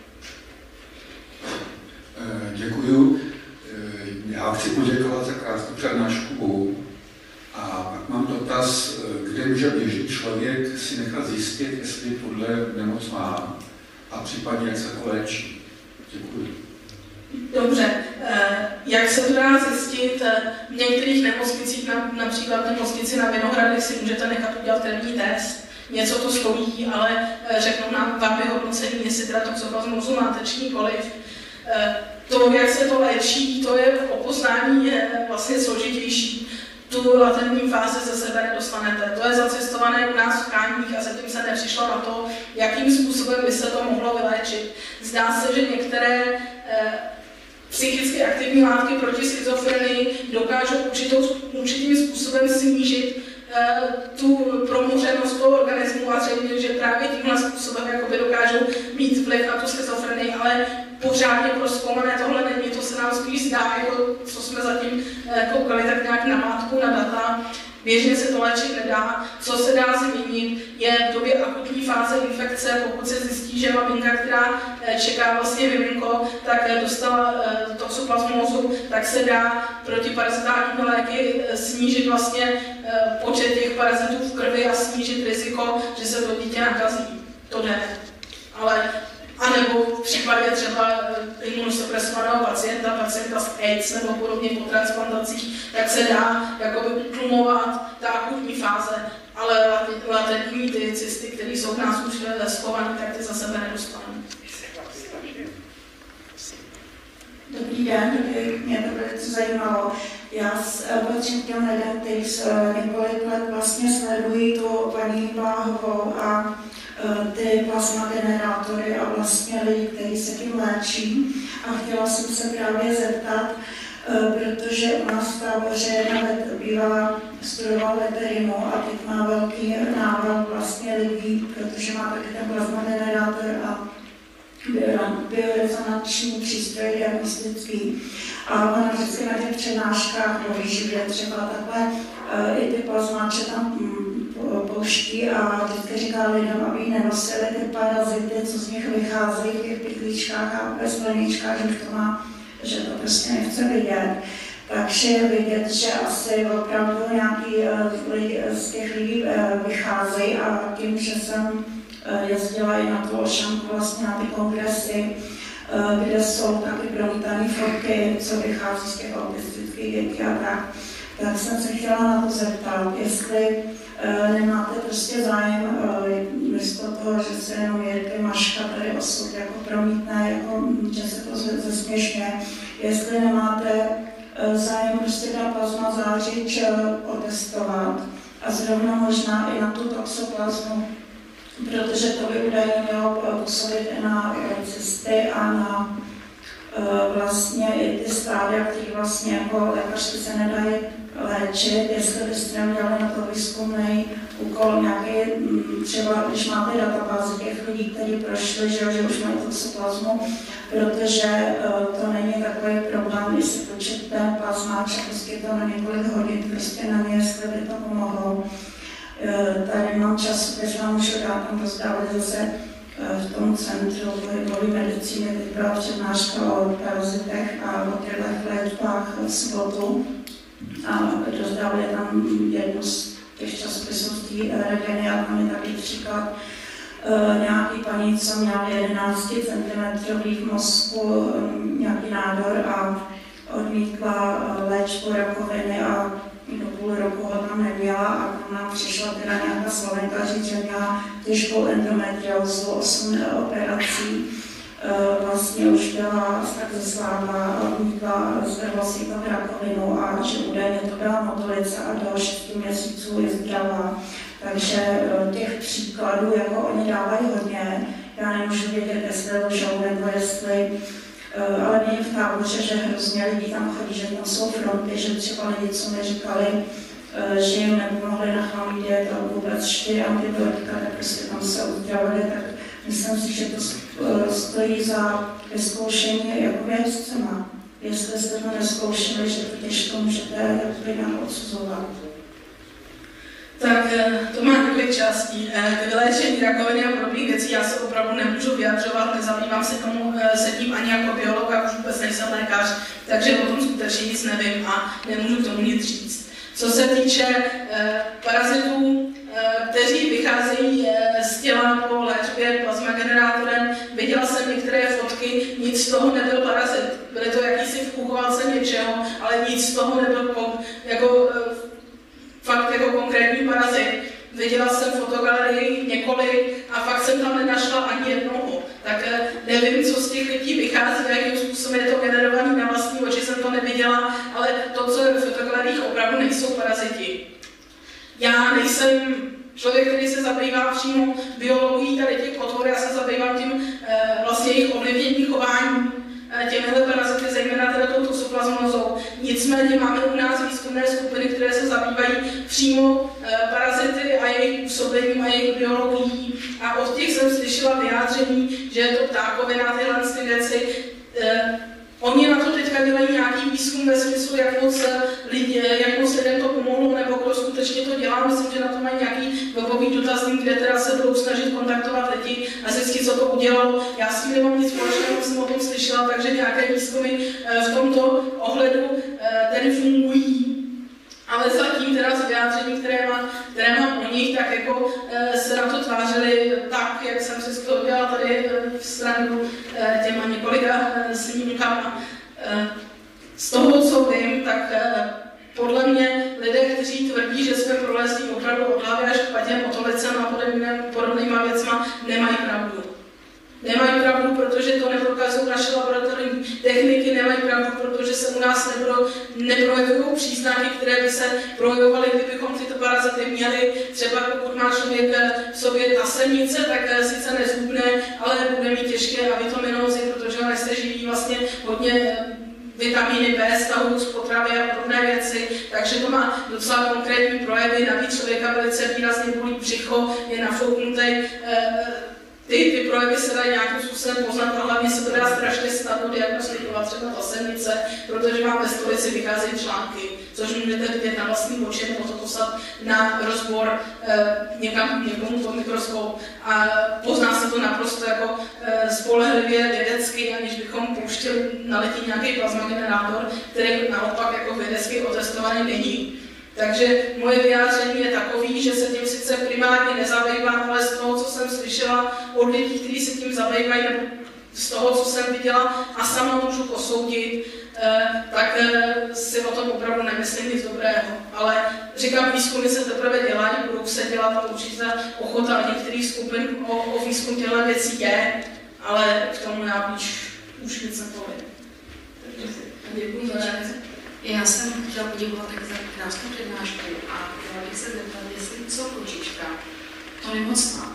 Děkuju. Já chci poděkovat za krásnou přednášku a pak mám dotaz, kde může běžný člověk si nechat zjistit, jestli tuhle nemoc má a případně jak se to léčí. Děkuji. Dobře, jak se to dá zjistit? V některých nemocnicích, například v nemocnici na Vinohradech, si můžete nechat udělat krevní test. Něco to stojí, ale řeknou vám vyhodnocení, jestli teda toxoplasmózu máte či nikoliv. To, jak se to léčí, to je o poznání vlastně složitější. tu latentní fázi ze sebe nedostanete. To je zacestované u nás v tkáních a zatím se nepřišlo na to, jakým způsobem by se to mohlo vyléčit. Zdá se, že některé psychicky aktivní látky proti schizofrenii dokážou určitým způsobem snížit tu promořenost toho organismu a zřejmě, že právě tímhle způsobem jakoby dokážou mít vliv na tu schizofrenii, ale pořádně prozkoumané tohle není, to se nám spíš zdá, jako co jsme zatím koukali tak nějak na mátku, na data. Běžně se to léčit nedá. Co se dá změnit, je v době akutní fáze infekce, pokud se zjistí, že maminka, která čeká vlastně miminko, tak dostala toxoplasmózu, tak se dá protiparazitární léky snížit vlastně počet těch parazitů v krvi a snížit riziko, že se to dítě nakazí. To jde. Ale anebo v případě třeba imunosupresovaného pacienta s AIDS nebo podobně po transplantacích, tak se dá jakoby utlumovat ta akutní fáze, ale latentní ty cysty, které jsou v nás už schované, tak ty za sebe nedostanou. Dobrý den, mě to velice zajímalo. Já patřím k těm lidem, kteří několik let vlastně sledují tu paní Bláhovou a ty plasma generátory a vlastně lidi, kteří se tím léčí. A chtěla jsem se právě zeptat, protože u nás v táboře bývala studovala veterinu a teď má velký návrat vlastně lidí, protože má taky ten plasma generátor a biorezonanční přístroj diagnostický. A ona vždycky na těch přednáškách o výživě třeba takhle i ty plazmáče tam pouští a vždycky říká lidem, aby nenosili ty parazity, co z nich vycházejí v těch pytlíčkách a ve skleničkách, že to prostě nechce vidět. Takže je vidět, že asi opravdu nějaký z těch lidí vycházejí a tím, že jsem jezdila i na tu Olšanku, vlastně na ty kongresy, kde jsou taky promítané fotky, co vychází z těch autistických dětí a tak jsem se chtěla na to zeptat, jestli nemáte prostě zájem, místo toho, že se jenom Jirky Maška tady osud jako promítne, jako, že se to zesměšně, jestli nemáte zájem prostě ta plazma zářič otestovat a zrovna možná i na tu toxoplasmu, protože to by údajně mělo působit i na cysty a na vlastně i ty stádia, které vlastně jako lékaři se nedají léčit, jestli byste neudělali na to výzkumný úkol nějaký, třeba když máte databázi těch lidí, kteří prošli, že už mají toxoplasmu, protože to není takový problém, když si počítáte plazmáč a prostě to na několik hodin, prostě na mě, jestli by to pomohlo. Tady mám čas, když vám můžu dát, tam rozdávat zase v tom centru pohybové medicíny, teď byla přednáška o parazitech a o těchto léčbách v sobotu. A rozdávali tam jednu z těch časopisů z té Regeny a tam je taky příklad nějaký paní, co měla 11 cm v mozku nějaký nádor a odmítla léčbu rakoviny a do půl roku ho tam neměla a tam nám přišla teda nějaká Slovenka říct, že měla těžkou endometriózu, 8 operací. Vlastně už byla tak zeslábla a odmítla zdrhla si tam rakovinu a že údajně to byla motolice a do 6 měsíců je zdravá. Takže těch příkladů, jako oni dávají hodně, já nemůžu vědět, jestli lžou nebo jestli, ale mě v táboře, že hrozně lidí tam chodí, že tam jsou fronty, že třeba lidi, co mi říkali, že jim nepomohli na chlamydě, to vůbec 4 antibiotika, tak prostě tam se uzdravili, tak myslím si, že to stojí za vyzkoušení jako vědcema. Jestli jste to nezkoušeli, že to těžko můžete nějak odsuzovat. Tak to má několik částí. K vyléčení rakoviny a podobných věcí já se opravdu nemůžu vyjadřovat, nezabývám se tím ani jako biolog a už vůbec nejsem lékař, takže o tom skutečně nic nevím a nemůžu k tomu nic říct. Co se týče parazitů, kteří vycházejí z těla po léčbě plazmagenerátorem, viděla jsem některé fotky, nic z toho nebyl parazit. Byly to jakýsi vpuchovalce něčeho, ale nic z toho nebyl fakt jako konkrétní parazit. Viděla jsem fotogalerii několik a fakt jsem tam nenašla ani jednoho. Tak nevím, co z těch lidí vychází, jakým způsobem je to generované na vlastní oči, jsem to neviděla, ale to, co je v fotogaleriích, opravdu opravdu nejsou paraziti. Já nejsem člověk, který se zabývá přímo biologií tady těch otvor, já se zabývám tím vlastně jejich ovlivnění chování těmihle parazity, zejména teda tou toxoplasmózou. Nicméně máme u nás výzkumné skupiny, které se zabývají přímo parazity a jejich působením a jejich biologií. A od těch jsem slyšela vyjádření, že je to ptákovina, tyhle ty věci. Oni na to teďka dělají nějaký výzkum ve smyslu, jak moc lidem to pomohlo, nebo kdo skutečně to dělá. Myslím, že na to mají nějaký webový dotazník, kde teda se budou snažit kontaktovat lidi a zjistit, co to udělalo. Já s tím nemám nic společného, jsem o tom slyšela, takže nějaké výzkumy v tomto ohledu tedy fungují. Ale zatím teda z vyjádření, které mám o nich, tak jako se na to tvářili tak, jak jsem si z toho dělala tady v stranu těma několika snímkama. Z toho, co vím, tak podle mě lidé, kteří tvrdí, že jsme prolezli opravdu od hlavy až k patě, motolicem a podobnýma věcma, nemají pravdu. Nemají pravdu, protože to neprokazují naše laboratorní techniky, nemají pravdu, protože se u nás neprojevují příznaky, které by se projevovaly, kdybychom tyto parazity měli. Třeba pokud má člověk v sobě tasenice, tak sice nezhubne, ale bude mít těžké avitaminózy, protože on se živí vlastně hodně vitamíny B, stavu z potravy a podobné věci, takže to má docela konkrétní projevy, navíc člověka velice výrazně bolí břicho, je nafouknutý. Ty projevy se dají nějakým způsobem poznat a hlavně se to dá strašně snadno diagnostikovat třeba tasenice, protože vám ve stolici vycházejí články, což můžete vidět na vlastním oči nebo to poslat na rozbor někomu pod mikroskop a pozná se to naprosto jako spolehlivě vědecky, aniž bychom pouštěli na letí nějaký plazmagenerátor, který naopak jako vědecky otestovaný není. Takže moje vyjádření je takový, že se tím sice primárně nezabývám, ale z toho, co jsem slyšela od lidí, kteří se tím zabývají, nebo z toho, co jsem viděla a sama můžu posoudit, tak si o tom opravdu nemyslím nic dobrého. Ale říkám, výzkumy se teprve dělají, budou se dělat a určitě ochota některých skupin o výzkum těchto věcí je, ale k tomu já už nic nepovím. Děkuji za reakci. Já jsem chtěla poděkovat taky za krásnou přednášku a chtěla bych se zeptat, jestli co kočička, to nemocná.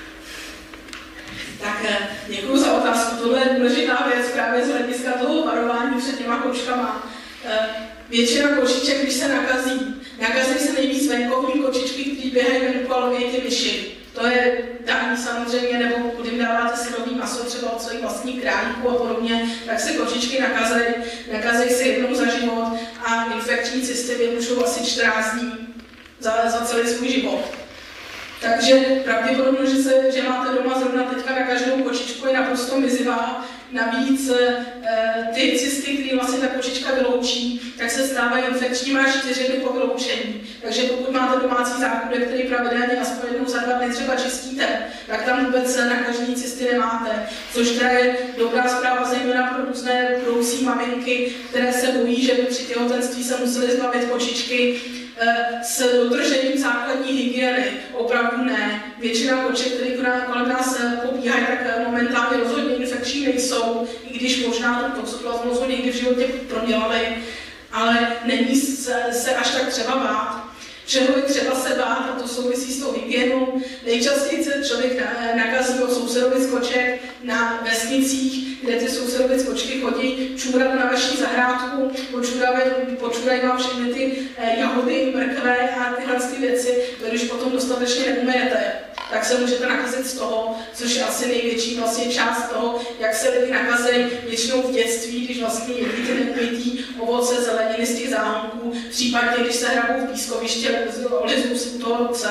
Tak děkuji za otázku. Tohle je důležitá věc právě z hlediska toho varování před těma kočkama. Většina kočiček, když se nakazí se nejvíc venkovní kočičky, které běhají venku a loví ty myši. To je daný samozřejmě, nebo pokud jim dáváte syrový maso třeba od svých vlastních králíků a podobně, tak se kočičky nakazejí se jednou za život a infekční cysty vylučují asi 14 dní za celý svůj život. Takže pravděpodobnost, že máte doma zrovna teďka nakaženou kočičku je naprosto mizivá. Navíc ty cysty, které vlastně ta kočička vyloučí, tak se stávají infekčními až 4 dny po vyloučení. Takže pokud máte domácí zákudek, který pravidelně aspoň jednou za 2 dny třeba čistíte, tak tam vůbec nakažený cysty nemáte. Což teda je dobrá zpráva zejména pro různé budoucí maminky, které se bojí, že by při těhotenství se museli zbavit kočičky. S dodržením základní hygieny opravdu ne. Většina koček, které kolem nás pobíhají, tak momentálně rozhodně infekční nejsou, i když možná tu toxoplasmózu někdy v životě prodělali, ale není se až tak třeba bát. Čeho je třeba se bát, a to souvisí s tou hygienou. Nejčastěji se člověk nakazí od sousedovic koček na vesnicích, kde ty sousedovic kočky chodí čůrat na vaší zahrádku, počůrají vám všechny ty jahody, mrkve a tyhle ty věci, když potom dostatečně neumejete, tak se můžete nakazit z toho, což je asi největší vlastně část toho, jak se lidi nakazí většinou v dětství, když vlastně jedí ty neumytý ovoce, zeleniny z těch záhonků, případně když se hrabou v pískoviště, lizou si u toho ruce.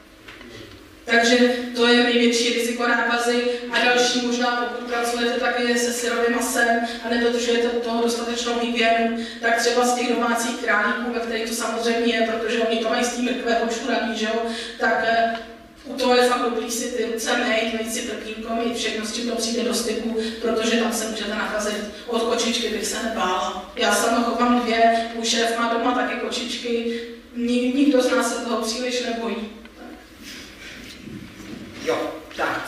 Takže to je největší riziko nákazy a další možná, pokud pracujete také se syrovým masem a nedodržujete u toho dostatečnou hygienu, tak třeba z těch domácích králíků, ve kterých to samozřejmě je, protože oni to mají z té mrkve očuraný, že jo, tak u toho je fakt dobrý si ty ruce mít si prkínko, mít všechno, s čím to přijde do styku, protože tam se můžete nakazit. Od kočičky bych se nebála. Já sama chovám 2, můj šéf má doma taky kočičky, nikdo z nás se toho příliš nebojí. Jo, tak.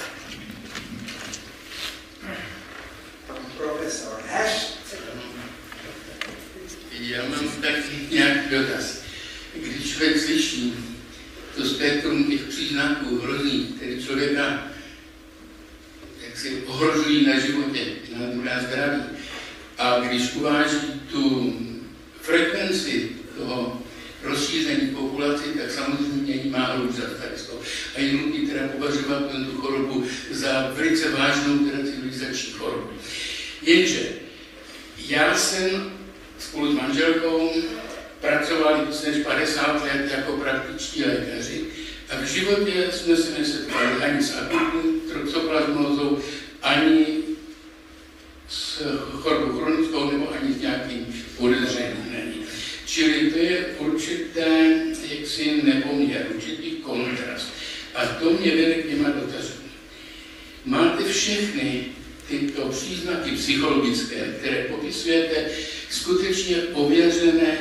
Pan profesor Heš. Já mám taky nějak dotaz. když člověk slyší to spektrum těch příznaků hrozných, které člověka jaksi ohrožují na životě, na zdraví, a když uváží tu frekvenci toho rozšíření populace, tak samozřejmě jí má hlubší zastavisko. A je nutné teda považovat tu chorobu za velice vážnou civilizační chorobu. Jenže já jsem spolu s manželkou pracovali více než 50 let jako praktičtí lékaři a v životě jsme se nesetkali ani s akutní toxoplasmózou, ani s chorobou chronickou nebo ani s nějakým podezřením není. Čili to je určité jaksi nepoměr, určitý kontrast. A to mě vede k těma dotazům. Máte všechny tyto příznaky psychologické, které popisujete, skutečně ověřené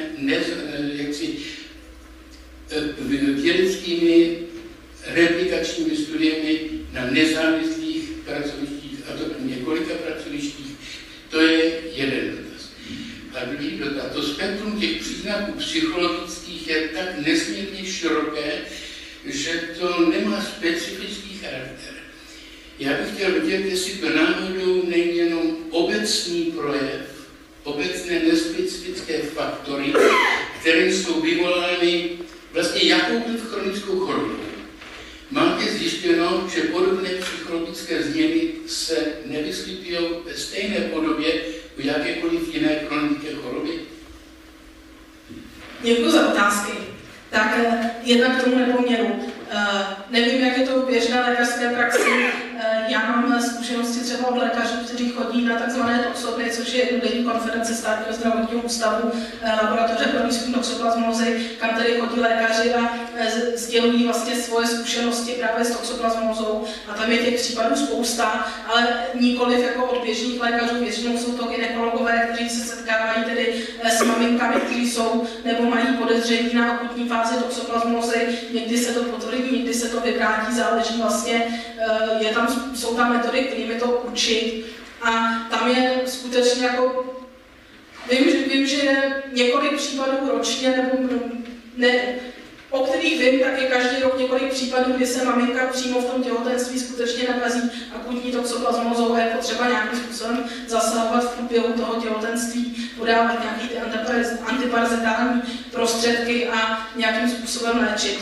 vědeckými replikačními studiemi na nezávislých pracovištích, a to na několika pracovištích, to je jeden dotaz. A druhý dotaz, to spektrum těch příznaků psychologických je tak nesmírně široké, že to nemá specifický charakter. Já bych chtěl vidět, jestli to náhodou není jenom obecný projev, obecné nespecifické faktory, které jsou vyvolány vlastně jakoukoliv chronickou chorobou. Máte zjištěno, že podobné psychologické změny se nevyskytují ve stejné podobě u jakékoliv jiné chronické choroby? Děkuji za otázky. Tak jednak k tomu nepoměru. Nevím, jak je to v běžné lékařské praxi. Já mám zkušenosti třeba od lékařů, kteří chodí na tzv. toxopny, což je jednodenní konference Státního zdravotního ústavu laboratoře pro výzkum toxoplasmózy, kam tedy chodí lékaři a sdělují vlastně svoje zkušenosti právě s toxoplasmózou. A tam je těch případů spousta, ale nikoliv jako od běžných lékařů, většinou jsou to gynekologové, kteří se setkávají tedy s maminkami, kteří jsou nebo mají podezření na akutní fázi toxoplasmózy. Někdy se to potvrdí, někdy se to vyvrátí, záleží vlastně, jsou tam metody, kterými to učit. A tam je skutečně jako, vím, že je několik případů ročně, nebo ne, o kterých vím, tak je každý rok několik případů, kdy se maminka přímo v tom těhotenství skutečně nakazí akutní toxoplasmózou a je potřeba nějakým způsobem zasahovat v průběhu toho těhotenství, podávat nějaké ty antiparazitální prostředky a nějakým způsobem léčit.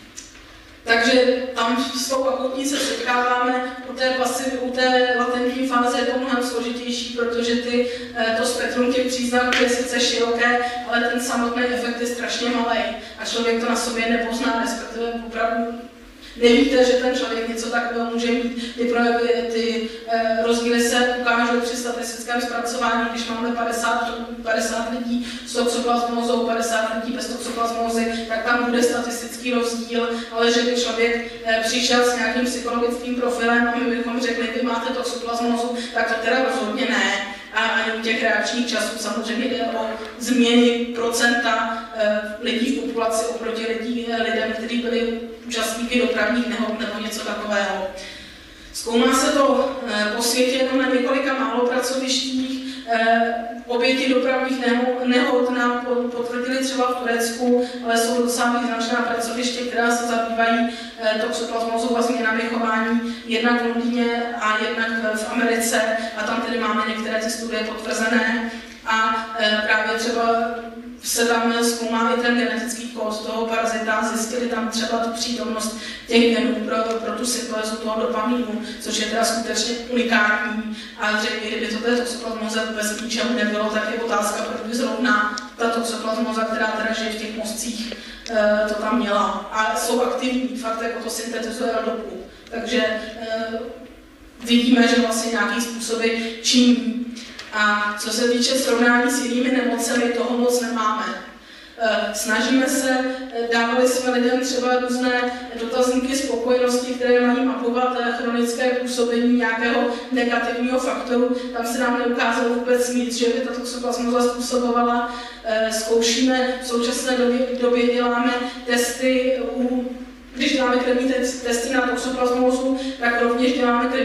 Takže tam s tou akutní se setkáváme, u té latentní fáze je to mnohem složitější, protože to spektrum těch příznaků je sice široké, ale ten samotný efekt je strašně malý a člověk to na sobě nepozná, respektive opravdu nevíte, že ten člověk něco takového může mít. Ty rozdíly se ukážou při statistickém zpracování, když máme 50 lidí s toxoplasmózou, 50 lidí bez toxoplasmózy, tak tam bude statistický rozdíl, ale že by člověk přišel s nějakým psychologickým profilem a my bychom řekli, vy máte toxoplasmózu, tak to teda rozhodně ne. A ani u těch reakčních časů samozřejmě jde o změny procenta lidí v populaci oproti lidem, kteří byli účastníky dopravních nehod nebo něco takového. Zkoumá se to po světě jenom na několika málo pracovištích. Oběti dopravních nehod nám potvrdili třeba v Turecku, ale jsou docela význačná pracoviště, která se zabývají toxoplasmózou a změnami chování, jednak v Londýně a jednak v Americe, a tam tedy máme některé ty studie potvrzené. A právě třeba se tam zkoumá i ten genetický kód toho parazita, zjistili tam třeba tu přítomnost těch genů pro tu syntézu toho dopamínu, což je teda skutečně unikátní. A zřejmě, kdyby to té toxoplasmóze vůbec k ničemu nebylo, tak je otázka, proč by zrovna ta toxoplasmóza, která teda žije v těch mozcích, to tam měla. A jsou aktivní, fakt jako to syntetizuje dobu. Takže vidíme, že vlastně nějaký způsoby činí. A co se týče srovnání s jinými nemocemi, toho moc nemáme. Snažíme se, dávali jsme lidem třeba různé dotazníky spokojenosti, které mají mapovat chronické působení nějakého negativního faktoru. Tam se nám neukázalo vůbec nic, že by ta toxoplasmóza způsobovala. Zkoušíme, v současné době děláme testy když děláme krevní testy na toxoplasmózu, tak rovněž děláme krevní testy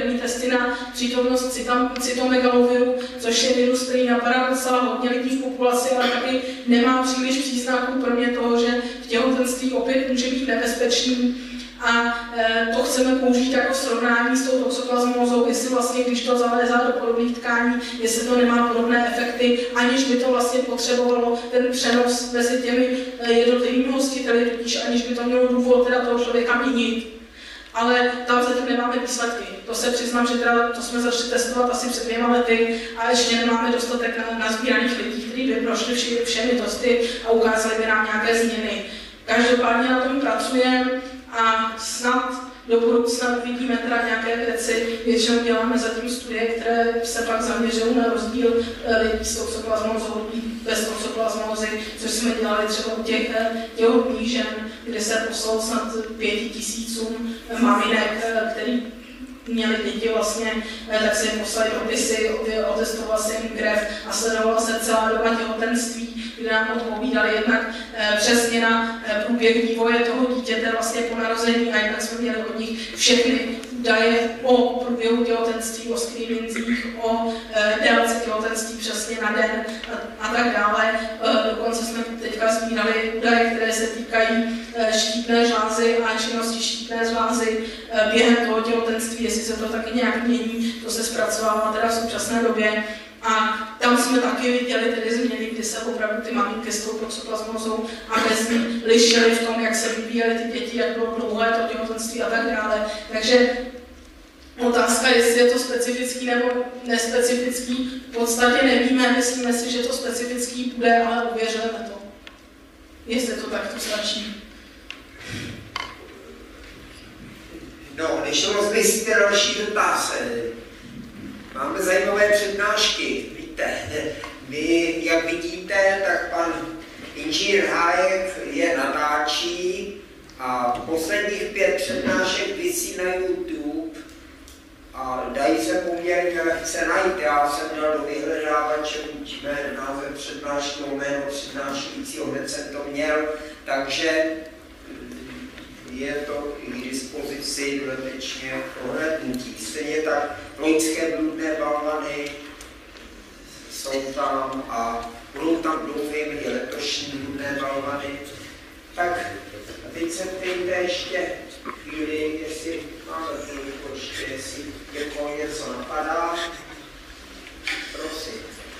si na přítomnost cytomegaloviru, což je virus, který napadá docela hodně lidí v populaci, ale taky nemá příliš příznaků, kromě toho, že v těhotenství opět může být nebezpečný. A to chceme použít jako srovnání s tou toxoplasmózou, jestli vlastně, když to zalézá do podobných tkání, jestli to nemá podobné efekty, aniž by to vlastně potřebovalo ten přenos mezi těmi jednotlivými hostiteli, tudíž aniž by to mělo důvod teda toho člověka měnit. Ale tam zatím nemáme výsledky. To se přiznám, že teda to jsme začali testovat asi před 2 lety a ještě nemáme dostatek nazbíraných lidí, kteří by prošli všemi testy a ukázali by nám nějaké změny. Každopádně na tom pracujeme a snad do budoucna uvidíme teda nějaké věci. Většinou děláme zatím studie, které se pak zaměřují na rozdíl lidí s toxoplasmózou, lidí bez toxoplasmózy, což jsme dělali třeba u těch těhotných žen, kde se poslalo snad 5 000 maminek, který měli děti vlastně, tak si jim poslali dopisy, otestovala se jim krev a sledovala se celá doba těhotenství, kde nám odpovídali jednak přesně na průběh vývoje toho dítěte vlastně po narození a jednak jsme měli od nich všechny údaje o průběhu těhotenství, o screeningzích, o délce těhotenství přesně na den a tak dále. Dokonce jsme teďka sbírali údaje, které se týkají štítné žlázy a činnosti štítné žlázy během toho těhotenství, jestli se to taky nějak mění, to se zpracovává teda v současné době. A tam jsme taky viděli tedy změny, kdy se opravdu ty maminky s tou toxoplasmózou a bez ní lišily v tom, jak se vyvíjely ty děti, jak bylo dlouhé to těhotenství a tak dále. Takže otázka, jestli je to specifický nebo nespecifický, v podstatě nevíme, myslíme si, že to specifický bude, ale uvěřujeme to. Jestli to takto stačí. No, než rozmyslíte další dotaz, máme zajímavé přednášky, víte. Vy, jak vidíte, tak pan inženýr Hájek je natáčí a posledních 5 přednášek visí na YouTube a dají se poměrně lehce najít. Já jsem dal do vyhledávače název přednášky, jméno přednášejícího, hned jsem to měl, takže je to i k dispozici dodatečně prohlédnutí. Stejně tak loňské bludné balvany jsou tam a budou tam, doufejme, i letošní bludné balvany. Tak teď se ptejte ještě chvíli, jestli máme chvíliku ještě, jestli někoho něco napadá. Prosím.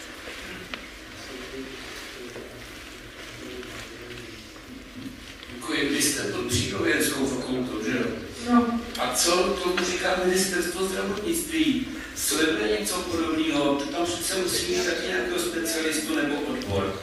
Děkuji, vy jste pod přírodovědeckou fakultou, že jo? No. A co tomu říká ministerstvo zdravotnictví? Sleduje něco podobného? Tam přece musí mít taky nějakého specialistu nebo odbor.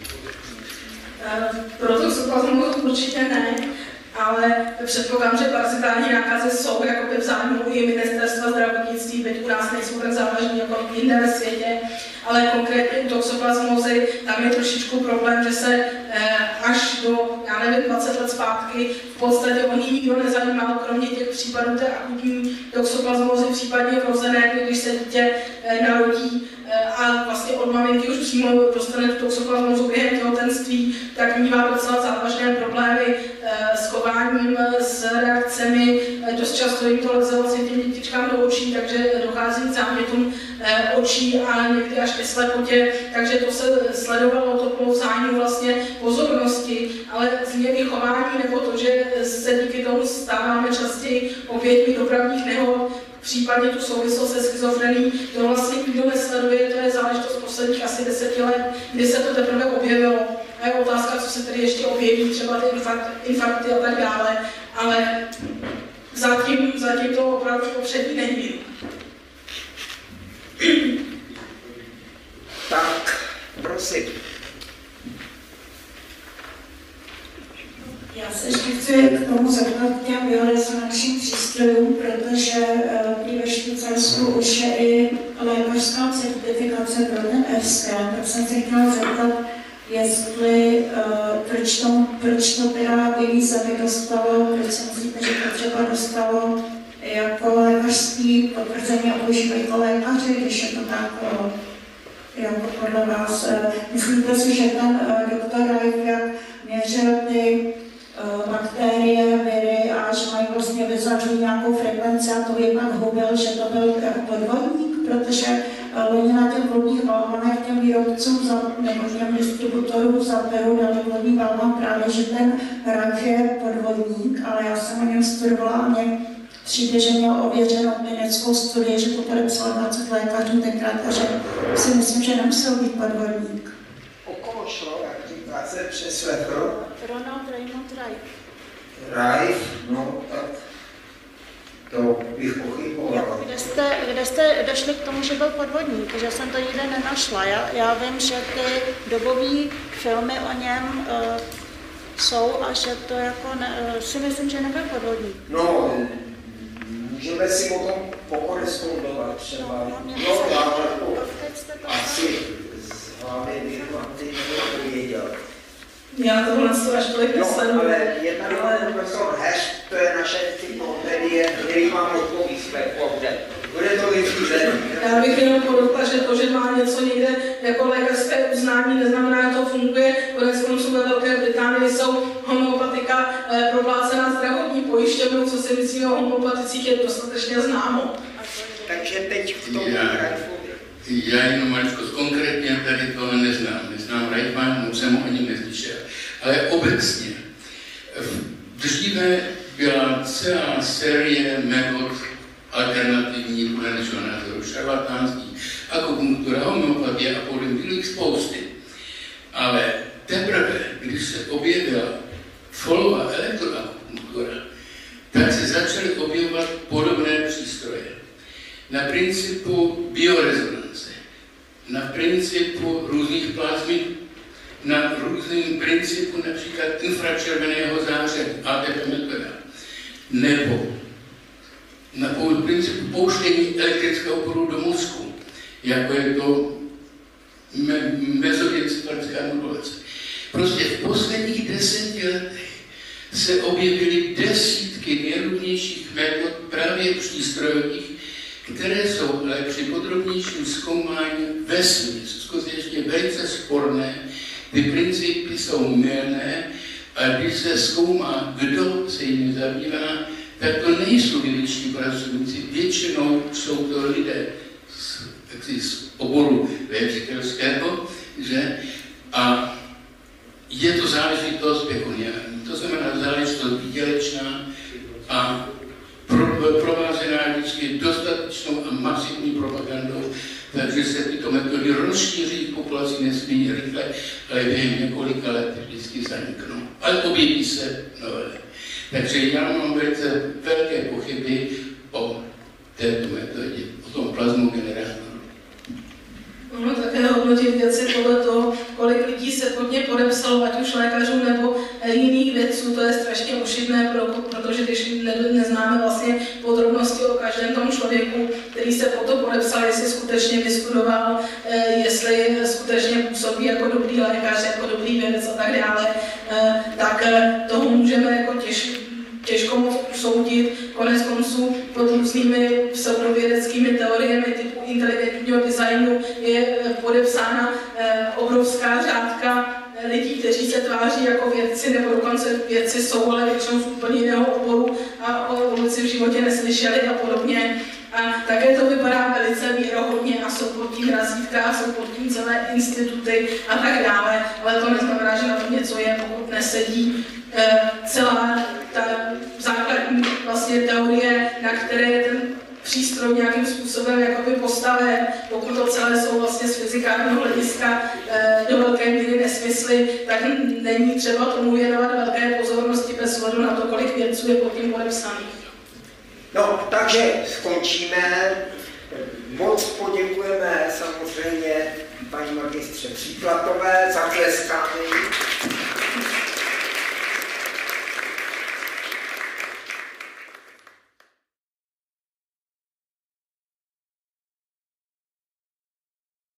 Pro toxoplasmózu určitě ne, ale předpokládám, že parazitární nákazy jsou jakoby v zájmu i ministerstva zdravotnictví, byť u nás nejsou tak závažní jako jinde ve světě, ale konkrétně u toxoplasmózy tam je trošičku problém, že se až do, já nevím, 20 let zpátky v podstatě o ní nikdo nezajímal, kromě těch případů té akutní toxoplasmózy, případně vrozené, když se dítě narodí a vlastně od maminky už přímo dostane tu toxoplasmózu během těhotenství, tak mívá docela závažné problémy s chováním, s reakcemi, dost často jim to leze vlastně těm dětičkám do očí, takže dochází k zámětům očí a někdy až ke slepotě, takže to se sledovalo, to bylo v zájmu vlastně pozornosti, ale změny chování nebo to, že se díky tomu stáváme častěji oběťmi dopravních nehod, případně tu souvislost se schizofrenií, to vlastně nikdo nesleduje, to je záležitost posledních asi 10 let, kdy se to teprve objevilo. A je otázka, co se tedy ještě objeví, třeba ty infarkty a tak dále, ale zatím to opravdu popřední není. Tak, prosím. Já se ještě chci k tomu zeptat těm biorezonančním přístrojům, protože ve Švýcarsku už je i lékařská certifikace pro ten F-scan, tak jsem se chtěla zeptat, jestli, proč to teda v jiný zemi dostalo, proč si myslíte, že to třeba dostalo jako lékařský potvrzení a používají to lékaři, když je to tak jako podle vás. Myslíte si, že ten doktor Reif, jak měřil ty bakterie, viry a že mají vlastně vyzařují nějakou frekvenci a to je pak hubil, že to byl podvodník, protože oni na těch vodních balvanech těm výrobcům nebo těm distributorům za Peru dali vodní balvan právě, že ten rak je podvodník, ale já jsem o něm studovala a mně přijde, že měl ověřenou klinickou studii, že to podepsalo 20 lékařů tenkrát a že si myslím, že nemusel být podvodník. O koho šlo, jak říká se přeslechl? Ronald Raymond Reich. Reich, no tak to bych pochyboval. Kde jste došli k tomu, že byl podvodník? Že jsem to nikde nenašla. Já vím, že ty dobové filmy o něm jsou a že to jako si myslím, že nebyl podvodník. No, můžeme si o tom pokorespondovat třeba. No, já to asi z hlavy bych vám teď nevěděl. Já tohle až tolik nesleduji. Ale jedna profesor Heš, to je naše encyklopedie, který mám odpoví své pohře. Bude to vyřízený. Já bych jenom podotkla, že to, že má něco někde jako lékařské uznání, neznamená, že to funguje. Koneckonců ve Velké Británii jsou homeopatika proplácená zdravotní pojišťovnou, co si myslíme o homeopaticích, je dostatečně známo. Takže teď v tom Já jenom maličko konkrétně tady tohle neznám. Neznám Reichmann, moc jsem o něm neslyšel. Ale obecně. Dříve byla celá série metod alternativní podle našeho názoru, šarlatánský, akupunktura, homeopatie a podobně, bylo jich spousty. Ale teprve, když se objevila folová elektroakupunktura, tak se začaly objevovat podobné přístroje. Na principu biorezonance, na principu různých plazmid, na různém principu například infračerveného záření, ATP metoda, nebo na principu pouštění elektrického proudu do mozku, jako je to mezoencefalická modulace. Prostě v posledních 10 letech se objevily desítky nejrůznějších metod právě přístrojových, které jsou ale při podrobnějším zkoumání vesměs skutečně velice sporné, ty principy jsou mylné a když se zkoumá, kdo se jimi zabývá, tak to nejsou vědeční pracovníci, většinou jsou to lidé z oboru léčitelského, že? A je to záležitost pekuniární, to znamená záležitost výdělečná a provázená vždycky dostatečnou a masivní propagandou, takže se tyto metody rozšíří v populaci nesmírně rychle, ale během několika let vždycky zaniknou. Ale objeví se nové. Takže já mám velice velké pochyby o této metodě, o tom plazmogenerátoru. Ono také hodnotit věci podle toho, kolik lidí se pod ně podepsalo, ať už lékařů nebo jiných vědců, to je strašně ošidné, protože když neznáme vlastně podrobnosti o každém tom člověku, který se pod to podepsal, jestli skutečně vystudoval, jestli skutečně působí jako dobrý lékař, jako dobrý vědec a tak dále, tak toho můžeme jako těžko moc usoudit. Konec konců pod různými pseudovědeckými teoriemi typu inteligentního designu je podepsána obrovská řádka lidí, kteří se tváří jako vědci, nebo dokonce vědci jsou, ale většinou z úplně jiného oboru a o evoluci v životě neslyšeli a podobně. A také to vypadá velice věrohodně a jsou pod tím razítka, jsou pod tím celé instituty a tak dále, ale to neznamená, že na tom něco je, pokud nesedí celá ta základní vlastně teorie, na které je ten přístroj nějakým způsobem jakoby postaven, pokud to celé jsou vlastně z fyzikálního hlediska do velké míry nesmysly, tak není třeba tomu věnovat velké pozornosti bez ohledu na to, kolik vědců je pod tím podepsaných. No, takže skončíme. Moc poděkujeme samozřejmě paní magistře Příplatové za tleskání.